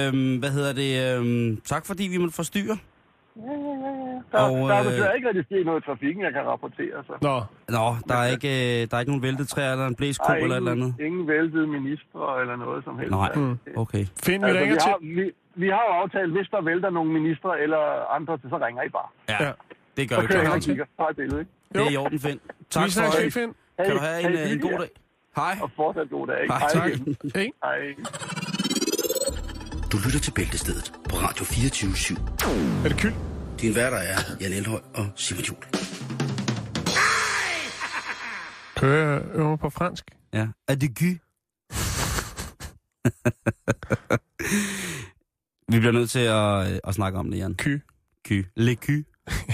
Tak fordi vi måtte forstyrre. Ja. Der er desværre ikke rigtig sket noget i trafikken, jeg kan rapportere. Så. Nå, der er ikke nogen væltede træer eller en blæsko eller et eller andet? Ingen væltede ministre eller noget som helst. Nej, okay. Find, vi ringer til... Vi har jo aftalt, hvis der vælter nogle ministre eller andre, så ringer I bare. Ja, det gør vi klart. Det er i orden, Finn. Tak for det. Kan du have en god dag. Hej. Og fortsat god dag. Hej. Tak. Hej. Du lytter til Bæltestedet på Radio 24/7. Er det kyld? Din værter er Jan Elhøj og Simon Juhl. Kører jeg øver på fransk? Ja. Er det gy? Vi bliver nødt til at snakke om det, Jan. Ky. Le ky.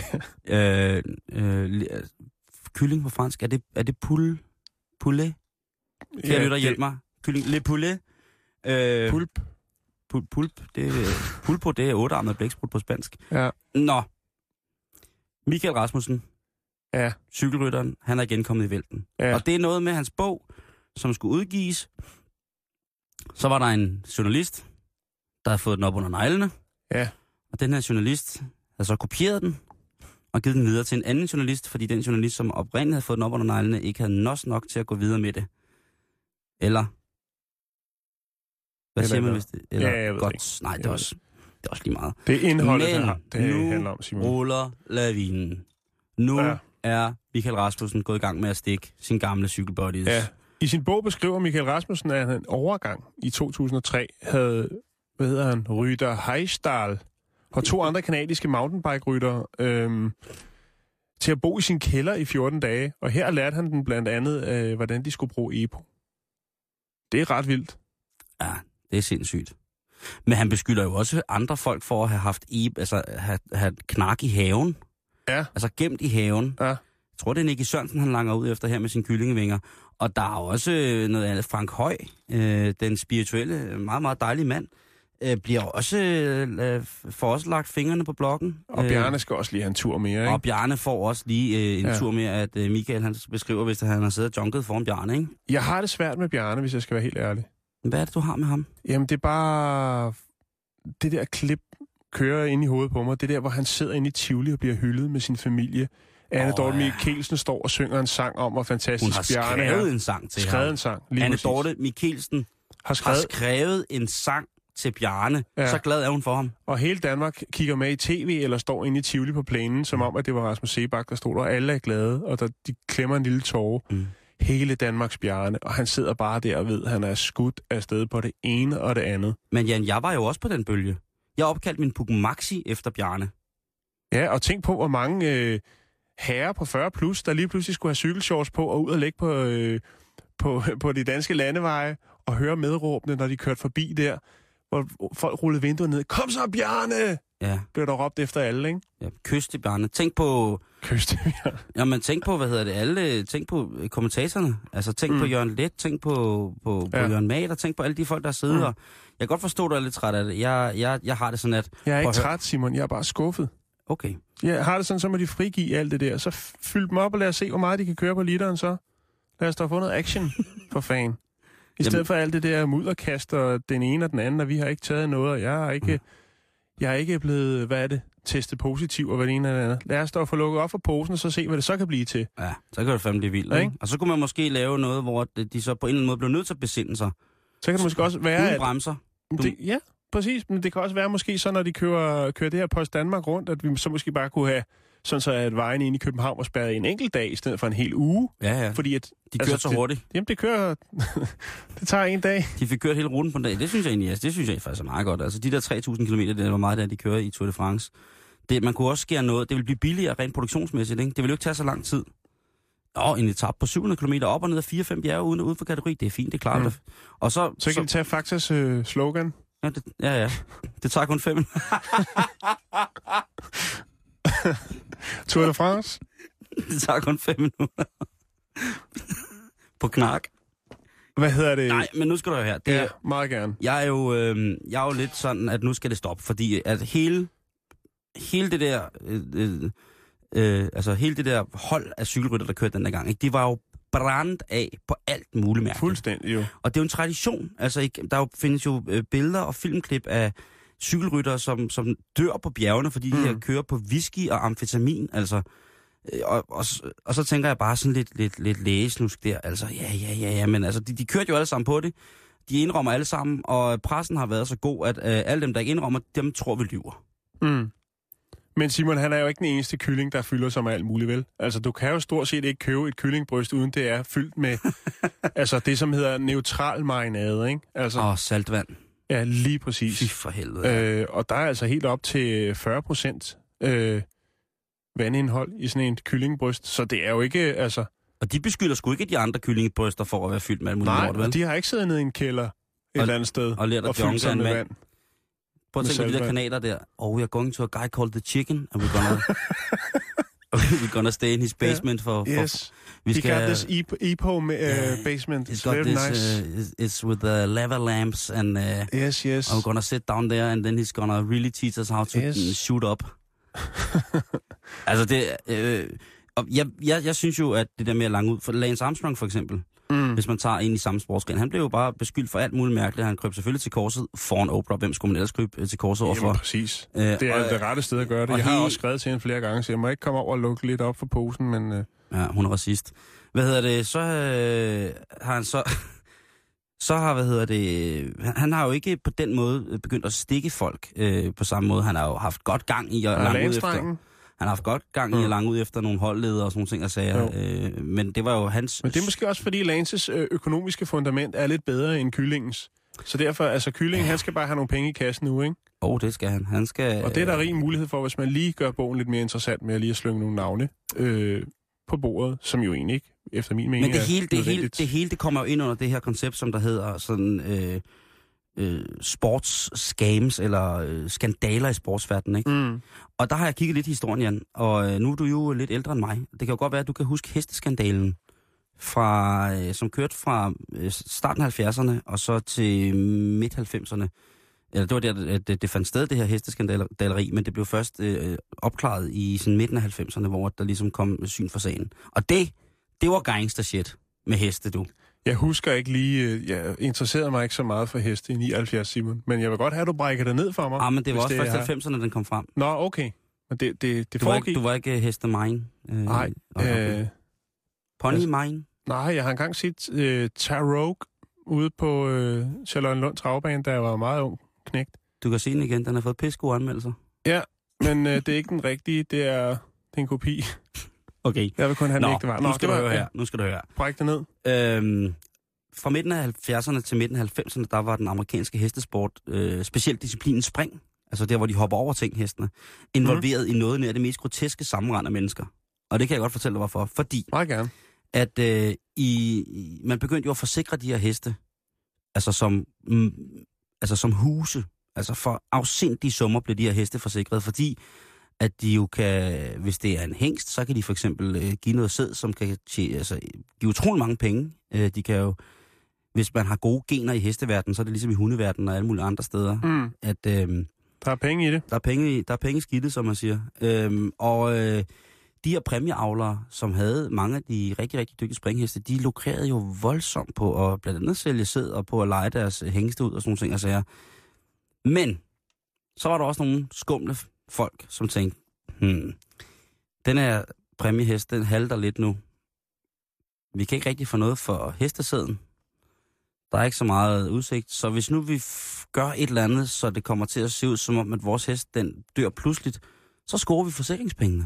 Kylling på fransk. Er det poulet? Kan du hjælpe mig? Kylling. Le poulet. Pulp. Pulpo, det er 8-armet blæksprut på spansk. Ja. Nå. Michael Rasmussen. Ja. Cykelrytteren, han er igen kommet i vælten. Ja. Og det er noget med hans bog, som skulle udgives. Så var der en journalist, der havde fået den op under neglene. Ja. Og den her journalist havde så kopieret den og givet den videre til en anden journalist, fordi den journalist, som oprindeligt havde fået den op under neglene, ikke havde nok til at gå videre med det. Eller... Hvad siger man, hvis det... Eller jeg ved godt. Ikke. Nej, det er også lige meget. Det er indholdet, det handler om, Simon. Ruller lavinen. Nu er Michael Rasmussen gået i gang med at stikke sin gamle cykelbodies. Ja. I sin bog beskriver Michael Rasmussen, at han en overgang i 2003 havde, Rytter Heisdal og 2 andre kanadiske mountainbike-ryttere til at bo i sin kælder i 14 dage. Og her lærte han den blandt andet, hvordan de skulle bruge EPO. Det er ret vildt. Ja, det er sindssygt. Men han beskylder jo også andre folk for at have haft have knak i haven. Ja. Altså gemt i haven. Ja. Jeg tror, det er Nicky Sørensen, han langer ud efter her med sine kyllingevinger. Og der er også noget andet. Frank Høj, den spirituelle, meget, meget dejlige mand, bliver også, får også lagt fingrene på blokken. Og Bjarne skal også lige have en tur mere, ikke? Og Bjarne får også lige en tur mere, at Michael han beskriver, hvis han har siddet og junket foran Bjarne, ikke? Jeg har det svært med Bjarne, hvis jeg skal være helt ærlig. Hvad er det, du har med ham? Jamen, det er bare... Det der klip kører ind i hovedet på mig. Det der, hvor han sidder inde i Tivoli og bliver hyldet med sin familie. Anne Dorte Mikkelsen står og synger en sang om, hvor fantastisk Bjarne er. Hun har skrevet en sang til ham. En sang. Anne Dorte Mikkelsen har skrevet en sang til Bjarne. Ja. Så glad er hun for ham. Og hele Danmark kigger med i tv, eller står inde i Tivoli på plænen, som om, at det var Rasmus Seebach, der stod der, og alle er glade, og de klemmer en lille tåre. Hele Danmarks Bjarne, og han sidder bare der og ved, at han er skudt afsted på det ene og det andet. Men Jan, jeg var jo også på den bølge. Jeg opkaldte min Puk Maxi efter Bjarne. Ja, og tænk på, hvor mange herrer på 40 plus, der lige pludselig skulle have cykelshorts på og ud og lægge på de danske landeveje og høre medråbene, når de kørte forbi der, hvor folk rullede vinduet ned. Kom så, Bjarne! Ja. Blev der råbt efter alle, ikke? Ja, kys til Bjarne. Tænk på... Kys til Bjarne. Jamen, tænk på, tænk på kommentatorerne. Altså, tænk på Jørgen Let, tænk på Jørgen Mader, tænk på alle de folk, der sidder. Jeg kan godt forstå, at du er lidt træt af det. Jeg har det sådan, at... Jeg er ikke træt, Simon. Jeg er bare skuffet. Okay. Jeg har det sådan, så må de frigive alt det der. Så fyld dem op og lad os se, hvor meget de kan køre på literen så. Lad os da få noget action, for fan. I stedet for alt det der mudderkast og den ene og den anden, og vi har ikke taget noget, og jeg er ikke blevet, hvad er det, testet positiv og hvad det ene eller andet. Lad os da få lukket op for posen, og så se, hvad det så kan blive til. Ja, så kan det fandme blive vildt, ikke? Og så kunne man måske lave noget, hvor de så på en eller anden måde blev nødt til at besinde sig. Så kan det måske også være, uden bremser. Ja, præcis. Men det kan også være måske så, når de kører det her Post Danmark rundt, at vi så måske bare kunne have sådan så, at vejen ind i København var spærret en enkelt dag, i stedet for en hel uge. Ja. Fordi at, de kører så hurtigt. Jamen, det kører... det tager en dag. De fik kørt hele ruten på en dag. Det synes jeg egentlig, det synes jeg faktisk er meget godt. Altså, de der 3.000 km, det var meget der, de kører i Tour de France. Man kunne også skære noget. Det vil blive billigere rent produktionsmæssigt, ikke? Det vil jo ikke tage så lang tid. En etape på 700 km op og ned af 4-5 bjerge uden for kategori. Det er fint, det er klart. Og så kan vi tage Faktas slogan. Ja. Det tager kun 5. Tour de France. Det tager kun 5 minutter. På knak. Hvad hedder det? Nej, men nu skal du høre her. Det er meget gerne. Jeg er jo lidt sådan, at nu skal det stoppe, fordi at hele det der... hele det der hold af cykelrytter, der kørte den der gang, ikke? De var jo brændt af på alt muligt mærkeligt. Fuldstændig jo. Og det er jo en tradition. Altså, findes jo billeder og filmklip af cykelrytter, som dør på bjergene, fordi de her kører på whisky og amfetamin. Altså, og så tænker jeg bare sådan lidt lægesnusk der. Altså, ja, men altså, de kørte jo alle sammen på det. De indrømmer alle sammen, og pressen har været så god, at alle dem, der ikke indrømmer, dem tror vi lyver. Men Simon, han er jo ikke den eneste kylling, der fylder sig med alt muligt, vel? Altså, du kan jo stort set ikke købe et kyllingbryst, uden det er fyldt med altså det, som hedder neutral marinade, ikke? Altså, saltvand. Ja, lige præcis. Fy for helvede. Og der er altså helt op til 40% vandindhold i sådan en kyllingbryst, så det er jo ikke, altså... Og de beskylder sgu ikke de andre kyllingebryster for at være fyldt med alt muligt lort, vel? Nej, de har ikke siddet nede i en kælder et eller andet sted og lært at fyldt sig med vand. Prøv at tænke på de der kanaler der. We are going to a guy called The Chicken, and we're gonna stay in his basement for... Yes. We got this Epo basement. It's very nice. It's with the lava lamps, and yes. And we're gonna sit down there, and then he's gonna really teach us how to shoot up. Altså det... Jeg synes jo, at det der med at lange ud... For Lance Armstrong for eksempel, hvis man tager en i samme sportsgren, han blev jo bare beskyldt for alt muligt mærkeligt. Han krøb selvfølgelig til korset foran Oprah. Hvem skulle man ellers krybe til korset overfor? Jamen præcis. Det er det rette sted at gøre det. Jeg har også skrevet til hende flere gange, så jeg må ikke komme over og lukke lidt op for posen, men... Ja, hun er racist. Hvad hedder det? Så har han så... Han har jo ikke på den måde begyndt at stikke folk på samme måde. Han har jo haft godt gang i at lange ud efter... Han har haft godt gang i at lange ud efter nogle holdledere og sådan nogle ting og sager. Men det var jo hans... Men det er måske også, fordi Lances økonomiske fundament er lidt bedre end kyllingens. Så derfor, altså kyllingen, han skal bare have nogle penge i kassen nu, ikke? Det skal han. Han skal... Og det er der rig mulighed for, hvis man lige gør bogen lidt mere interessant med at lige at slynge nogle navne på bordet, som jo egentlig ikke, efter min mening, det hele kommer jo ind under det her koncept, som der hedder sådan... sportsscams eller skandaler i sportsverdenen, ikke? Og der har jeg kigget lidt i historien, Jan, og nu er du jo lidt ældre end mig. Det kan jo godt være, at du kan huske hesteskandalen, som kørte fra starten af 70'erne og så til midt-90'erne. Eller det var der, det fandt sted, det her hesteskadaleri, men det blev først opklaret i sådan midten af 90'erne, hvor der ligesom kom syn for sagen. Og det var gangster shit med heste, du. Jeg husker ikke lige, jeg interesserede mig ikke så meget for heste i 79, Simon. Men jeg vil godt have, at du brækker det ned for mig. Ja, men det var også først 90'erne, den kom frem. Nå, okay. Men det du var ikke heste mine? Nej. Okay. Pony mine? Nej, jeg har engang set Tarogue ude på Charlottenlund Travbane, da jeg var meget ung knægt. Du kan se den igen. Den har fået pissegode anmeldelser. Ja, men det er ikke den rigtige. Det er en kopi. Okay. Jeg vil kun have den ægte vare. Nu skal du høre her. Nu skal du høre. Bræk det ned. Fra midten af 70'erne til midten af 90'erne, der var den amerikanske hestesport, specielt disciplinen spring, altså der, hvor de hopper over ting, hestene, involveret i noget nær det mest groteske sammenrend af mennesker. Og det kan jeg godt fortælle dig, hvorfor. Fordi, meget gerne, at man begyndte jo at forsikre de her heste, altså som huse. Altså for afsindige summer blev de her heste forsikret, fordi at de jo kan, hvis det er en hingst, så kan de for eksempel give noget sæd, som kan give utrolig mange penge. De kan jo, hvis man har gode gener i hesteverdenen, så er det ligesom i hundeverdenen og alle mulige andre steder, at der er penge i det. Der er penge i skidtet, som man siger. De her præmieavlere, som havde mange af de rigtig, rigtig dygtige springheste, de lukrerede jo voldsomt på at blandt andet sælge sæd og på at lege deres hængste ud og sådan nogle ting. Altså, men så var der også nogle skumle folk, som tænkte, den her præmiehest, den halter lidt nu. Vi kan ikke rigtig få noget for hestesæden. Der er ikke så meget udsigt. Så hvis nu vi gør et eller andet, så det kommer til at se ud som om, at vores hest, den dør pludseligt, så scorer vi forsikringspengene.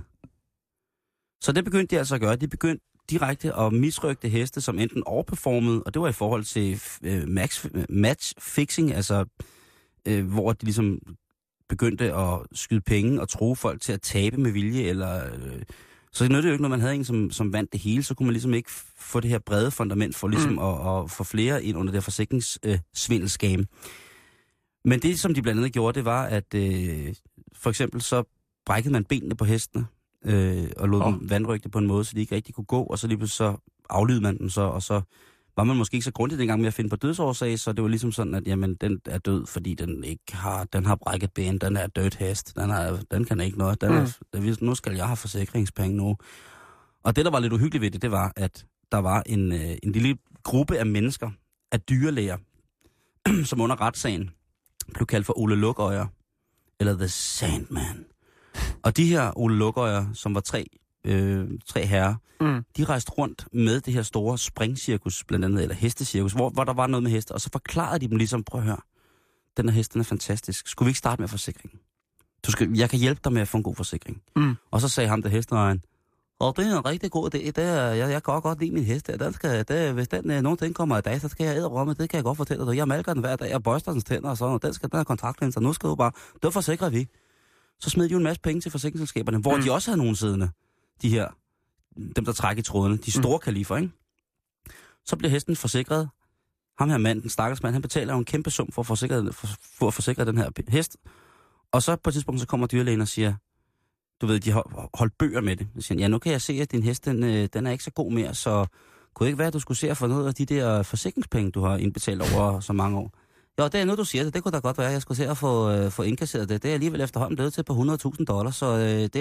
Så det begyndte de altså at gøre. De begyndte direkte at misrygte heste, som enten overperformede, og det var i forhold til matchfixing, altså hvor de ligesom begyndte at skyde penge og true folk til at tabe med vilje, eller så det nyttede jo ikke, når man havde en, som vandt det hele, så kunne man ligesom ikke få det her brede fundament for ligesom at få flere ind under det her forsikringssvindelskame. Men det, som de blandt andet gjorde, det var, at for eksempel så brækkede man benene på hestene, og lod dem vandrygte på en måde, så de ikke rigtig kunne gå, og så lige pludselig så aflydede man dem så, og så var man måske ikke så grundigt dengang med at finde på dødsårsag, så det var ligesom sådan, at jamen, den er død, fordi den har brækket ben, den er død hest, den kan ikke noget, nu skal jeg have forsikringspenge nu. Og det, der var lidt uhyggeligt ved det, det var, at der var en lille gruppe af mennesker, af dyrlæger, som under retssagen blev kaldt for Ole Lukøjer, eller The Sandman. Og de her Ole Lukøjer, som var tre herrer, de rejste rundt med det her store springcirkus, blandt andet, eller hestecirkus, hvor der var noget med heste, og så forklarede de dem ligesom, prøv at høre, den her hest, den er fantastisk. Skulle vi ikke starte med forsikringen? Jeg kan hjælpe dig med at få en god forsikring. Og så sagde ham der hesteejeren, og det er en rigtig god idé, jeg kan godt lide min hest, hvis den nogensinde kommer i dag, så skal jeg æderomme, det kan jeg godt fortælle dig. Jeg malker den hver dag, jeg børster dens tænder og sådan, og den har kontaktlinser, nu skal du bare, det forsikrer vi. Så smed de jo en masse penge til forsikringsselskaberne, hvor de også havde nogen siddende, de her, dem der trækker i trådene, de store kalifer, ikke? Så bliver hesten forsikret. Ham her mand, den stakkels mand, han betaler jo en kæmpe sum for at forsikre den her hest. Og så på et tidspunkt, så kommer dyrlægen og siger, du ved, de har holdt bøger med det. Så siger han, ja, nu kan jeg se, at din hest, den er ikke så god mere, så kunne det ikke være, at du skulle se at få noget af de der forsikringspenge, du har indbetalt over så mange år? Jo, det er nu, du siger det. Det kunne da godt være, at jeg skulle se at få indkasseret det. Det er alligevel efterhånden blevet til på $100,000, så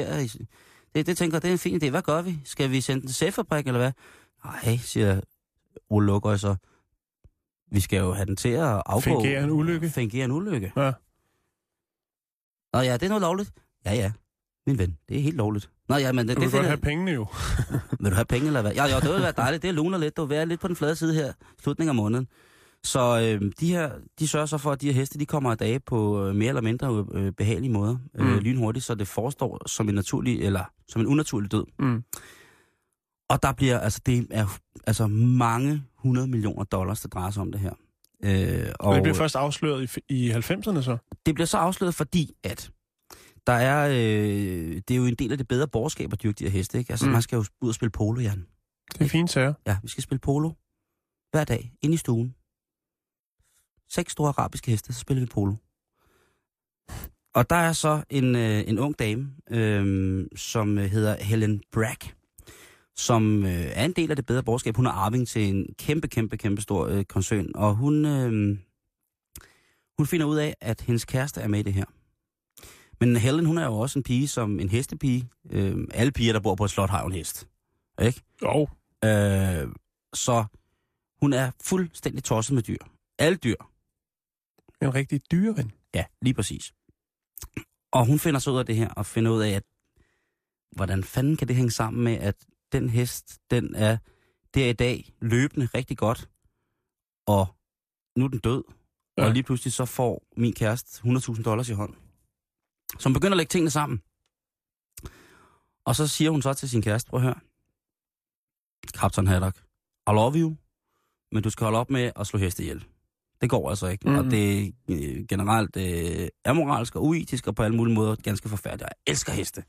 det tænker jeg, det er en fin idé. Hvad gør vi? Skal vi sende den til sætfabrik, eller hvad? Nej, siger Ole Lukøj så. Vi skal jo have den til at afgå. Fingere en ulykke. Ja. Nå ja, det er noget lovligt. Ja, min ven, det er helt lovligt. Nå ja, men det du vil godt have pengene jo. Vil du have penge, eller hvad? Ja, det vil være dejligt. Det luner lidt. Du vil være lidt på den flade side her, slutningen af måneden. Så de sørger så for, at de her heste, de kommer af dage på mere eller mindre behagelige måder, lynhurtigt, så det forestår som en naturlig, eller som en unaturlig død. Og der bliver, det er mange $100 millioner, det drejer sig om det her. Og det bliver først afsløret i 90'erne så? Det bliver så afsløret, fordi at der er, det er jo en del af det bedre borgerskab at dyrke de her heste, ikke? Altså man skal jo ud og spille polo, Jan. Det er fint, sager. Ja, vi skal spille polo hver dag, inde i stuen. 6 store arabiske heste, så spiller vi polo. Og der er så en ung dame, som hedder Helen Bragg, som er en del af det bedre borgerskab. Hun er arving til en kæmpe stor koncern, og hun finder ud af, at hendes kæreste er med i det her. Men Helen, hun er jo også en pige, som en hestepige. Alle piger, der bor på et slot, har jo en hest. Ikke? Jo. Så hun er fuldstændig tosset med dyr. Alle dyr. En rigtig dyreven. Ja, lige præcis. Og hun finder så ud af det her, og finder ud af, at hvordan fanden kan det hænge sammen med, at den hest, det er i dag løbende rigtig godt, og nu er den død, Ja. Og lige pludselig så får min kæreste $100,000 i hånden. Så hun begynder at lægge tingene sammen. Og så siger hun så til sin kæreste, prøv at høre. Kaptajn Haddock, I love you, men du skal holde op med at slå heste ihjel. Det går altså ikke. Og det er generelt amoralsk og uetisk og på alle mulige måder ganske forfærdeligt. Jeg elsker heste.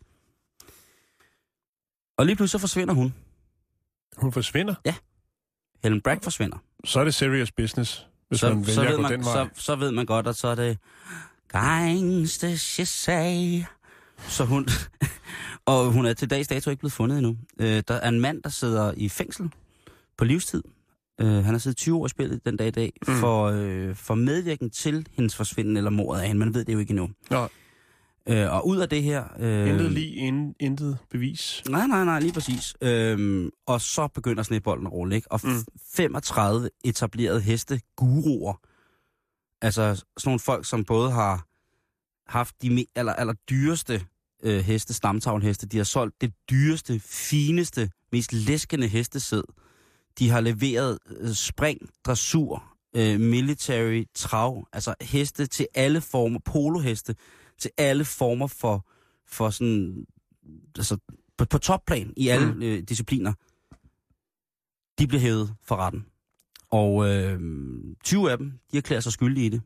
Og lige pludselig så forsvinder hun. Hun forsvinder? Ja. Helen Bragg forsvinder. Så er det serious business, hvis man vælger at gå den vej. Så ved man godt, at så er det gangster, she say. Så hun... og hun er til dags dato ikke blevet fundet endnu. Der er en mand, der sidder i fængsel på livstid. Han har siddet 20 år i spillet den dag i dag for medvirken til hendes forsvinden eller mordet af hende. Man ved det jo ikke endnu. Nå. Og ud af det her... intet lige, intet bevis. Nej, lige præcis. Og så begynder snebolden at rulle, ikke? Og 35 etablerede hesteguruer, altså sådan nogle folk, som både har haft de aller dyreste stamtavlheste, de har solgt det dyreste, fineste, mest læskende hestesæd. De har leveret spring, dressur, military, trav, altså heste til alle former, poloheste, til alle former for sådan, altså på topplan i alle discipliner. De bliver hævet for retten. Og 20 af dem, de erklærer sig skyldige i det.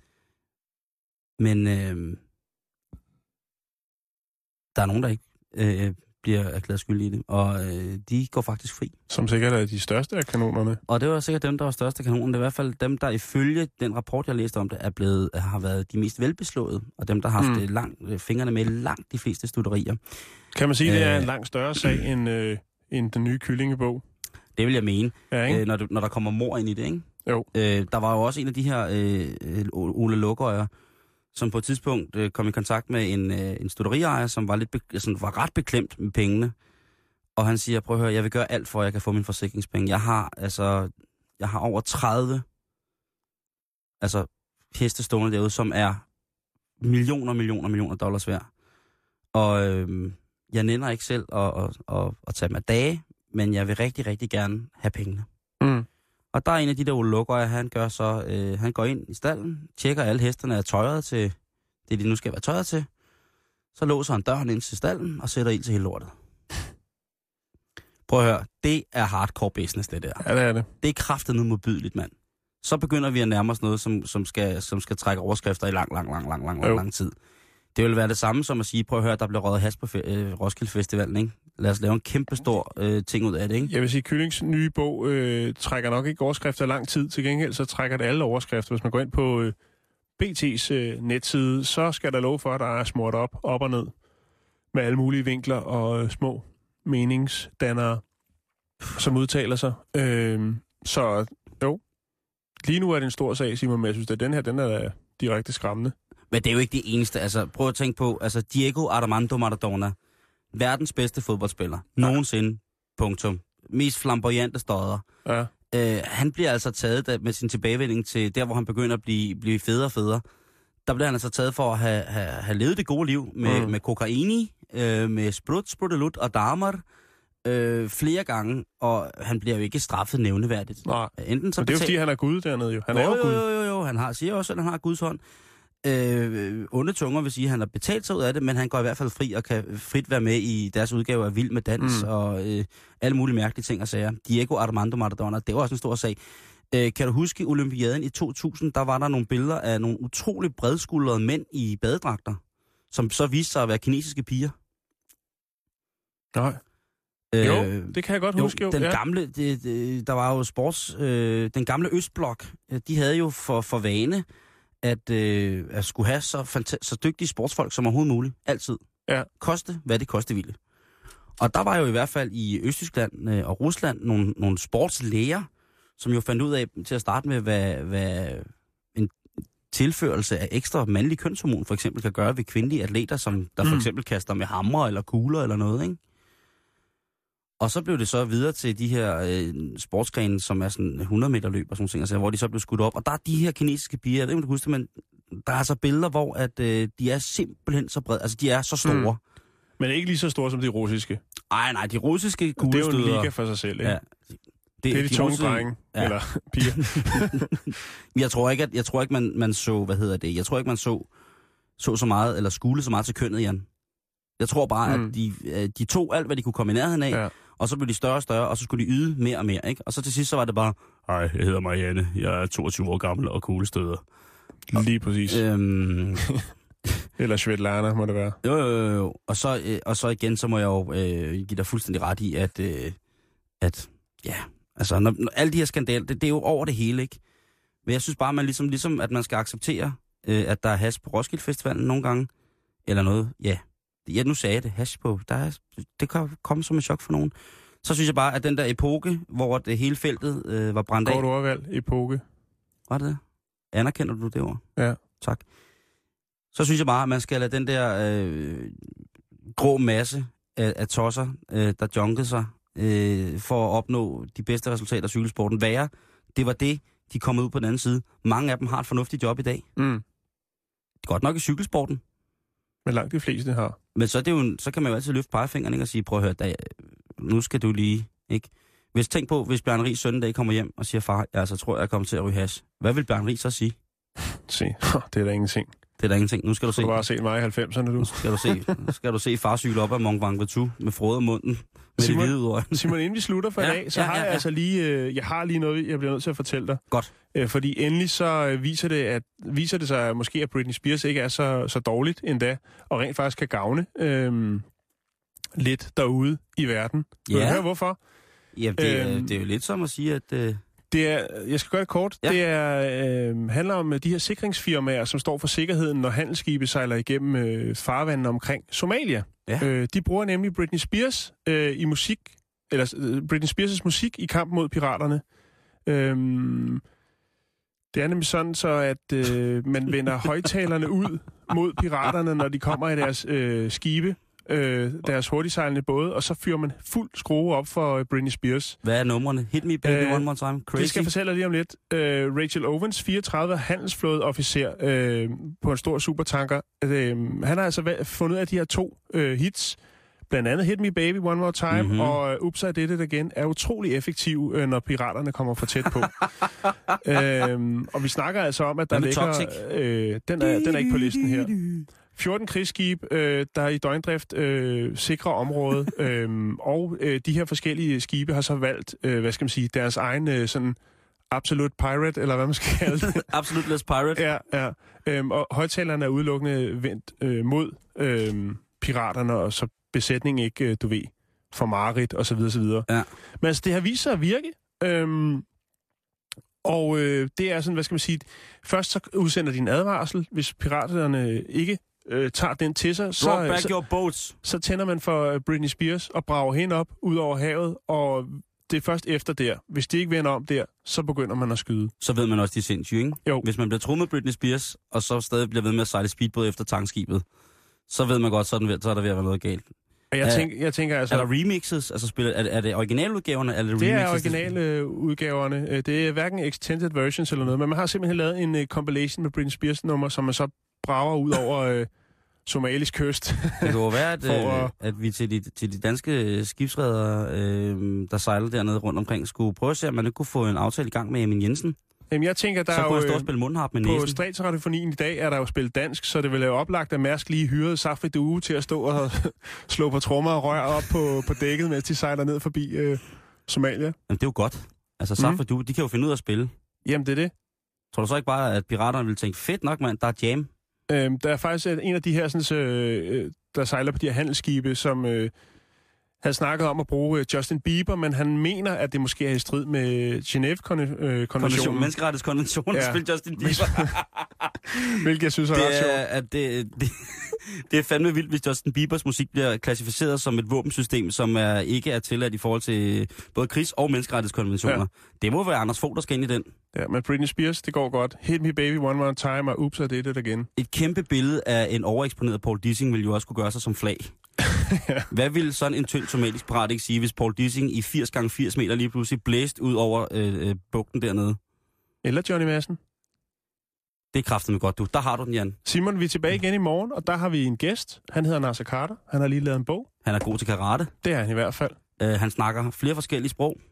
Men der er nogen, der ikke bliver erklæret skyldige i det, og de går faktisk fri. Som sikkert er de største af kanonerne. Og det var sikkert dem, der var største af kanonerne. Det er i hvert fald dem, der ifølge den rapport, jeg læste om det, har været de mest velbeslåede, og dem, der har haft fingrene med langt de fleste studerier. Kan man sige, at det er en langt større sag end den nye kyllingebog? Det vil jeg mene, ja, når der kommer mord ind i det, ikke? Jo. Der var jo også en af de her Ole Lukøjer, som på et tidspunkt kom i kontakt med en studeriajer, som var var ret beklemt med pengene. Og han siger, prøv at høre, jeg vil gøre alt for, at jeg kan få min forsikringspenge. Jeg har over 30 heste stående derude, som er millioner dollars værd. Og jeg nænder ikke selv at tage dem af dage, men jeg vil rigtig, rigtig gerne have pengene. Mm. Og der er en af de der lukker, han går ind i stallen, tjekker alle hesterne er tøjet til det, de nu skal være tøjet til. Så låser han døren ind til stallen og sætter ild til hele lortet. Prøv at høre, det er hardcore business, det der. Ja, det er det. Det er kraftedeme modbydeligt, mand. Så begynder vi at nærme os noget, som skal trække overskrifter i lang tid. Det vil være det samme som at sige, prøv at høre, der bliver røget has på Roskilde Festivalen, ikke? Lad os lave en kæmpe stor ting ud af det, ikke? Jeg vil sige, Kyllings nye bog trækker nok ikke overskrifter lang tid. Til gengæld så trækker det alle overskrifter. Hvis man går ind på BT's netside, så skal der love for, at der er smurt op og ned med alle mulige vinkler og små meningsdannere, som udtaler sig. Så jo, lige nu er det en stor sag, Simon, men jeg synes, at den er direkte skræmmende. Men det er jo ikke det eneste. Altså, prøv at tænke på, Diego Armando Maradona, verdens bedste fodboldspiller, nogensinde, punktum. Mest flamboyante stodder. Ja. Han bliver altså taget med sin tilbagevending til der, hvor han begynder at blive federe og federe. Der bliver han altså taget for at have levet det gode liv med kokaini, med sprudelut og damer flere gange, og han bliver jo ikke straffet nævneværdigt. Nej, enten så det er jo fordi, han er Gud dernede jo. Han er jo Gud. Jo, han siger også, at han har Guds hånd. Onde tunger vil sige, at han har betalt sig ud af det, men han går i hvert fald fri og kan frit være med i deres udgave af Vild med Dans og alle mulige mærkelige ting og sager. Diego Armando Maradona, det var også en stor sag. Kan du huske Olympiaden i 2000, der var der nogle billeder af nogle utroligt bredskuldrede mænd i badedragter, som så viste sig at være kinesiske piger? Nej. Jo, det kan jeg godt huske. Den gamle, der var jo den gamle Østblok, de havde jo for vane at skulle have så dygtige sportsfolk som overhovedet muligt. Altid. Ja. Koste, hvad det koste ville. Og der var jo i hvert fald i Østtyskland og Rusland nogle sportslæger, som jo fandt ud af til at starte med, hvad en tilførelse af ekstra mandlig kønshormon for eksempel kan gøre ved kvindelige atleter, der for eksempel kaster med hamre eller kugler eller noget, ikke? Og så blev det så videre til de her sportsgrene, som er sådan 100 meter løb og sådan ting, altså, hvor de så blev skudt op. Og der er de her kinesiske piger, jeg ved ikke, om du husker, men der er så billeder, hvor at, de er simpelthen så brede, altså de er så store. Men ikke lige så store som de russiske? Nej, de russiske kuglestøder. Det er jo en liga for sig selv, ikke? Ja. Det er de tunge drenge, ja. Eller piger. jeg tror ikke, man så, jeg tror ikke, man så meget, eller skule så meget til kønnet, Jan. Jeg tror bare, at de tog alt, hvad de kunne komme i nærheden af, og så blev de større og større, og så skulle de yde mere og mere, ikke? Og så til sidst, så var det bare, hej, jeg hedder Marianne, jeg er 22 år gammel og kuglestøder. Lige præcis. Eller Svetlana, må det være. Jo. Og så igen, så må jeg jo give dig fuldstændig ret i, at ja, altså, når alle de her skandaler, det er jo over det hele, ikke? Men jeg synes bare, man ligesom at man skal acceptere, at der er hash på Roskilde Festivalen nogle gange, eller noget, ja. Ja, nu sagde jeg det, hash på, det kan komme som en chok for nogen. Så synes jeg bare, at den der epoke, hvor det hele feltet var brændt af. Godt overvalg, epoke. Var det det? Anerkender du det ord? Ja. Tak. Så synes jeg bare, at man skal lade den der grå masse af tosser, der junkede sig, for at opnå de bedste resultater af cykelsporten, være. Det var det, de kom ud på den anden side. Mange af dem har et fornuftigt job i dag. Godt nok i cykelsporten. Men langt de fleste har. Men så kan man jo altid løfte pegefingeren, ikke, og sige, prøv at høre, nu skal du lige, ikke? Tænk på, hvis Bjørn Riis søn en dag kommer hjem og siger, far, jeg tror, jeg kommer til at ryge hash. Hvad vil Bjørn Riis så sige? Se, det er da ingenting. Det er der ingenting. Nu skal du se. Du har bare set mig i 90'erne, du. Nu skal du se far cykle op ad Mont Ventoux med frode af munden. Simon, inden vi slutter for i dag, så har jeg altså lige, jeg har lige noget, jeg bliver nødt til at fortælle dig. Godt. Fordi endelig så viser det sig måske, at Britney Spears ikke er så dårligt endda, og rent faktisk kan gavne lidt derude i verden. Vil du høre, hvorfor? Ja, det er jo lidt som at sige, at... Jeg skal gøre det kort. Ja. Det handler om de her sikringsfirmaer, som står for sikkerheden, når handelsskibe sejler igennem farvandene omkring Somalia. Ja. De bruger nemlig Britney Spears i musik, eller Britney Spears' musik i kamp mod piraterne. Det er nemlig sådan så, at man vender højtalerne ud mod piraterne, når de kommer i deres skibe. Deres hurtigsejlende både, og så fyrer man fuld skrue op for Britney Spears. Hvad er numrene? Hit me baby one more time. Crazy. Det skal jeg fortælle lige om lidt. Rachel Owens, 34, handelsflådeofficer på en stor supertanker. Han har altså fundet ud af de her 2 hits. Blandt andet Hit Me Baby One More Time og Oops, I Did It Again er utrolig effektiv, når piraterne kommer for tæt på. Og vi snakker altså om, at der ligger... Den er ikke på listen her. 14 krigsskib, der i døgndrift sikrer området, og de her forskellige skibe har så valgt, deres egen sådan absolute pirate, eller hvad man skal kalde det. Absoluteless pirate. Ja. Og højtalerne er udelukkende vendt mod piraterne, og så besætningen ikke, for mareridt, og så videre, så videre. Ja. Men altså, det har vist sig at virke. Og det er sådan, først så udsender de en advarsel, hvis piraterne ikke tager den til sig, så tænder man for Britney Spears og brager hende op ud over havet, og det er først efter der. Hvis de ikke vender om der, så begynder man at skyde. Så ved man også, de er sindssyge, ikke? Jo. Hvis man bliver truet med Britney Spears, og så stadig bliver ved med at sejle speedbåd efter tankskibet, så ved man godt, så er der ved at være noget galt. Jeg tænker altså... Er der remixes? Altså er det originaludgaverne, eller det er originale udgaverne. Det er hverken extended versions eller noget, men man har simpelthen lavet en compilation med Britney Spears-nummer, som man så brager ud over somalisk kyst. Det kan jo være, at vi til de danske skibsredere, der sejler dernede rundt omkring, skulle prøve at se, om man ikke kunne få en aftale i gang med Emin Jensen. Jamen, jeg tænker, der så kunne jeg stå og spille mundharp med næsen. På Statsradiofonien i dag er der jo spillet dansk, så det vil være oplagt, at Mærsk lige hyrede Safri Due til at stå og slå på trommer og rør op på dækket, mens de sejler ned forbi Somalia. Jamen, det er jo godt. Altså, Safri Due, de kan jo finde ud af at spille. Jamen, det er det. Tror du så ikke bare, at piraterne vil tænke, fedt nok, mand, der er jam? Der er faktisk en af de her, der sejler på de her handelsskibe, som havde snakket om at bruge Justin Bieber, men han mener, at det måske er i strid med Genève-konventionen. Menneskerettighedskonventionen, at spille Justin Bieber. Hvilket jeg synes er ret sjovt. Det er fandme vildt, hvis Justin Biebers musik bliver klassificeret som et våbensystem, som ikke er tilladt i forhold til både krigs- og menneskerettighedskonventioner. Ja. Det må være Anders Fogh, der skal ind i den. Ja, men Britney Spears, det går godt. Hit Me Baby One More Time, og Oops, I Did It Again. Et kæmpe billede af en overeksponeret Paul Dissing ville jo også kunne gøre sig som flag. Ja. Hvad ville sådan en tynd somalisk pirat ikke sige, hvis Paul Dissing i 80x80 meter lige pludselig blæste ud over bugten dernede? Eller Johnny Madsen. Det er kraftedeme godt, du. Der har du den, Jan. Simon, vi er tilbage igen i morgen, og der har vi en gæst. Han hedder Nasser Carter. Han har lige lavet en bog. Han er god til karate. Det er han i hvert fald. Han snakker flere forskellige sprog.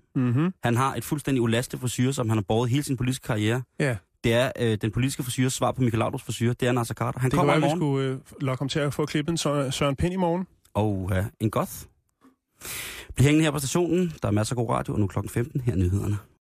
Mm-hmm. Han har et fuldstændig ulasteligt frisyre, som han har båret hele sin politiske karriere. Ja. Det er den politiske frisyres svar på Michael Laudrups frisyre. Det er Naser Khader. Han det kommer kan i være, morgen. vi skulle lokke ham til at få klippet en Søren Pind i morgen. En goth. Bliv hængende her på stationen. Der er masser af god radio, og nu klokken 15 her er nyhederne.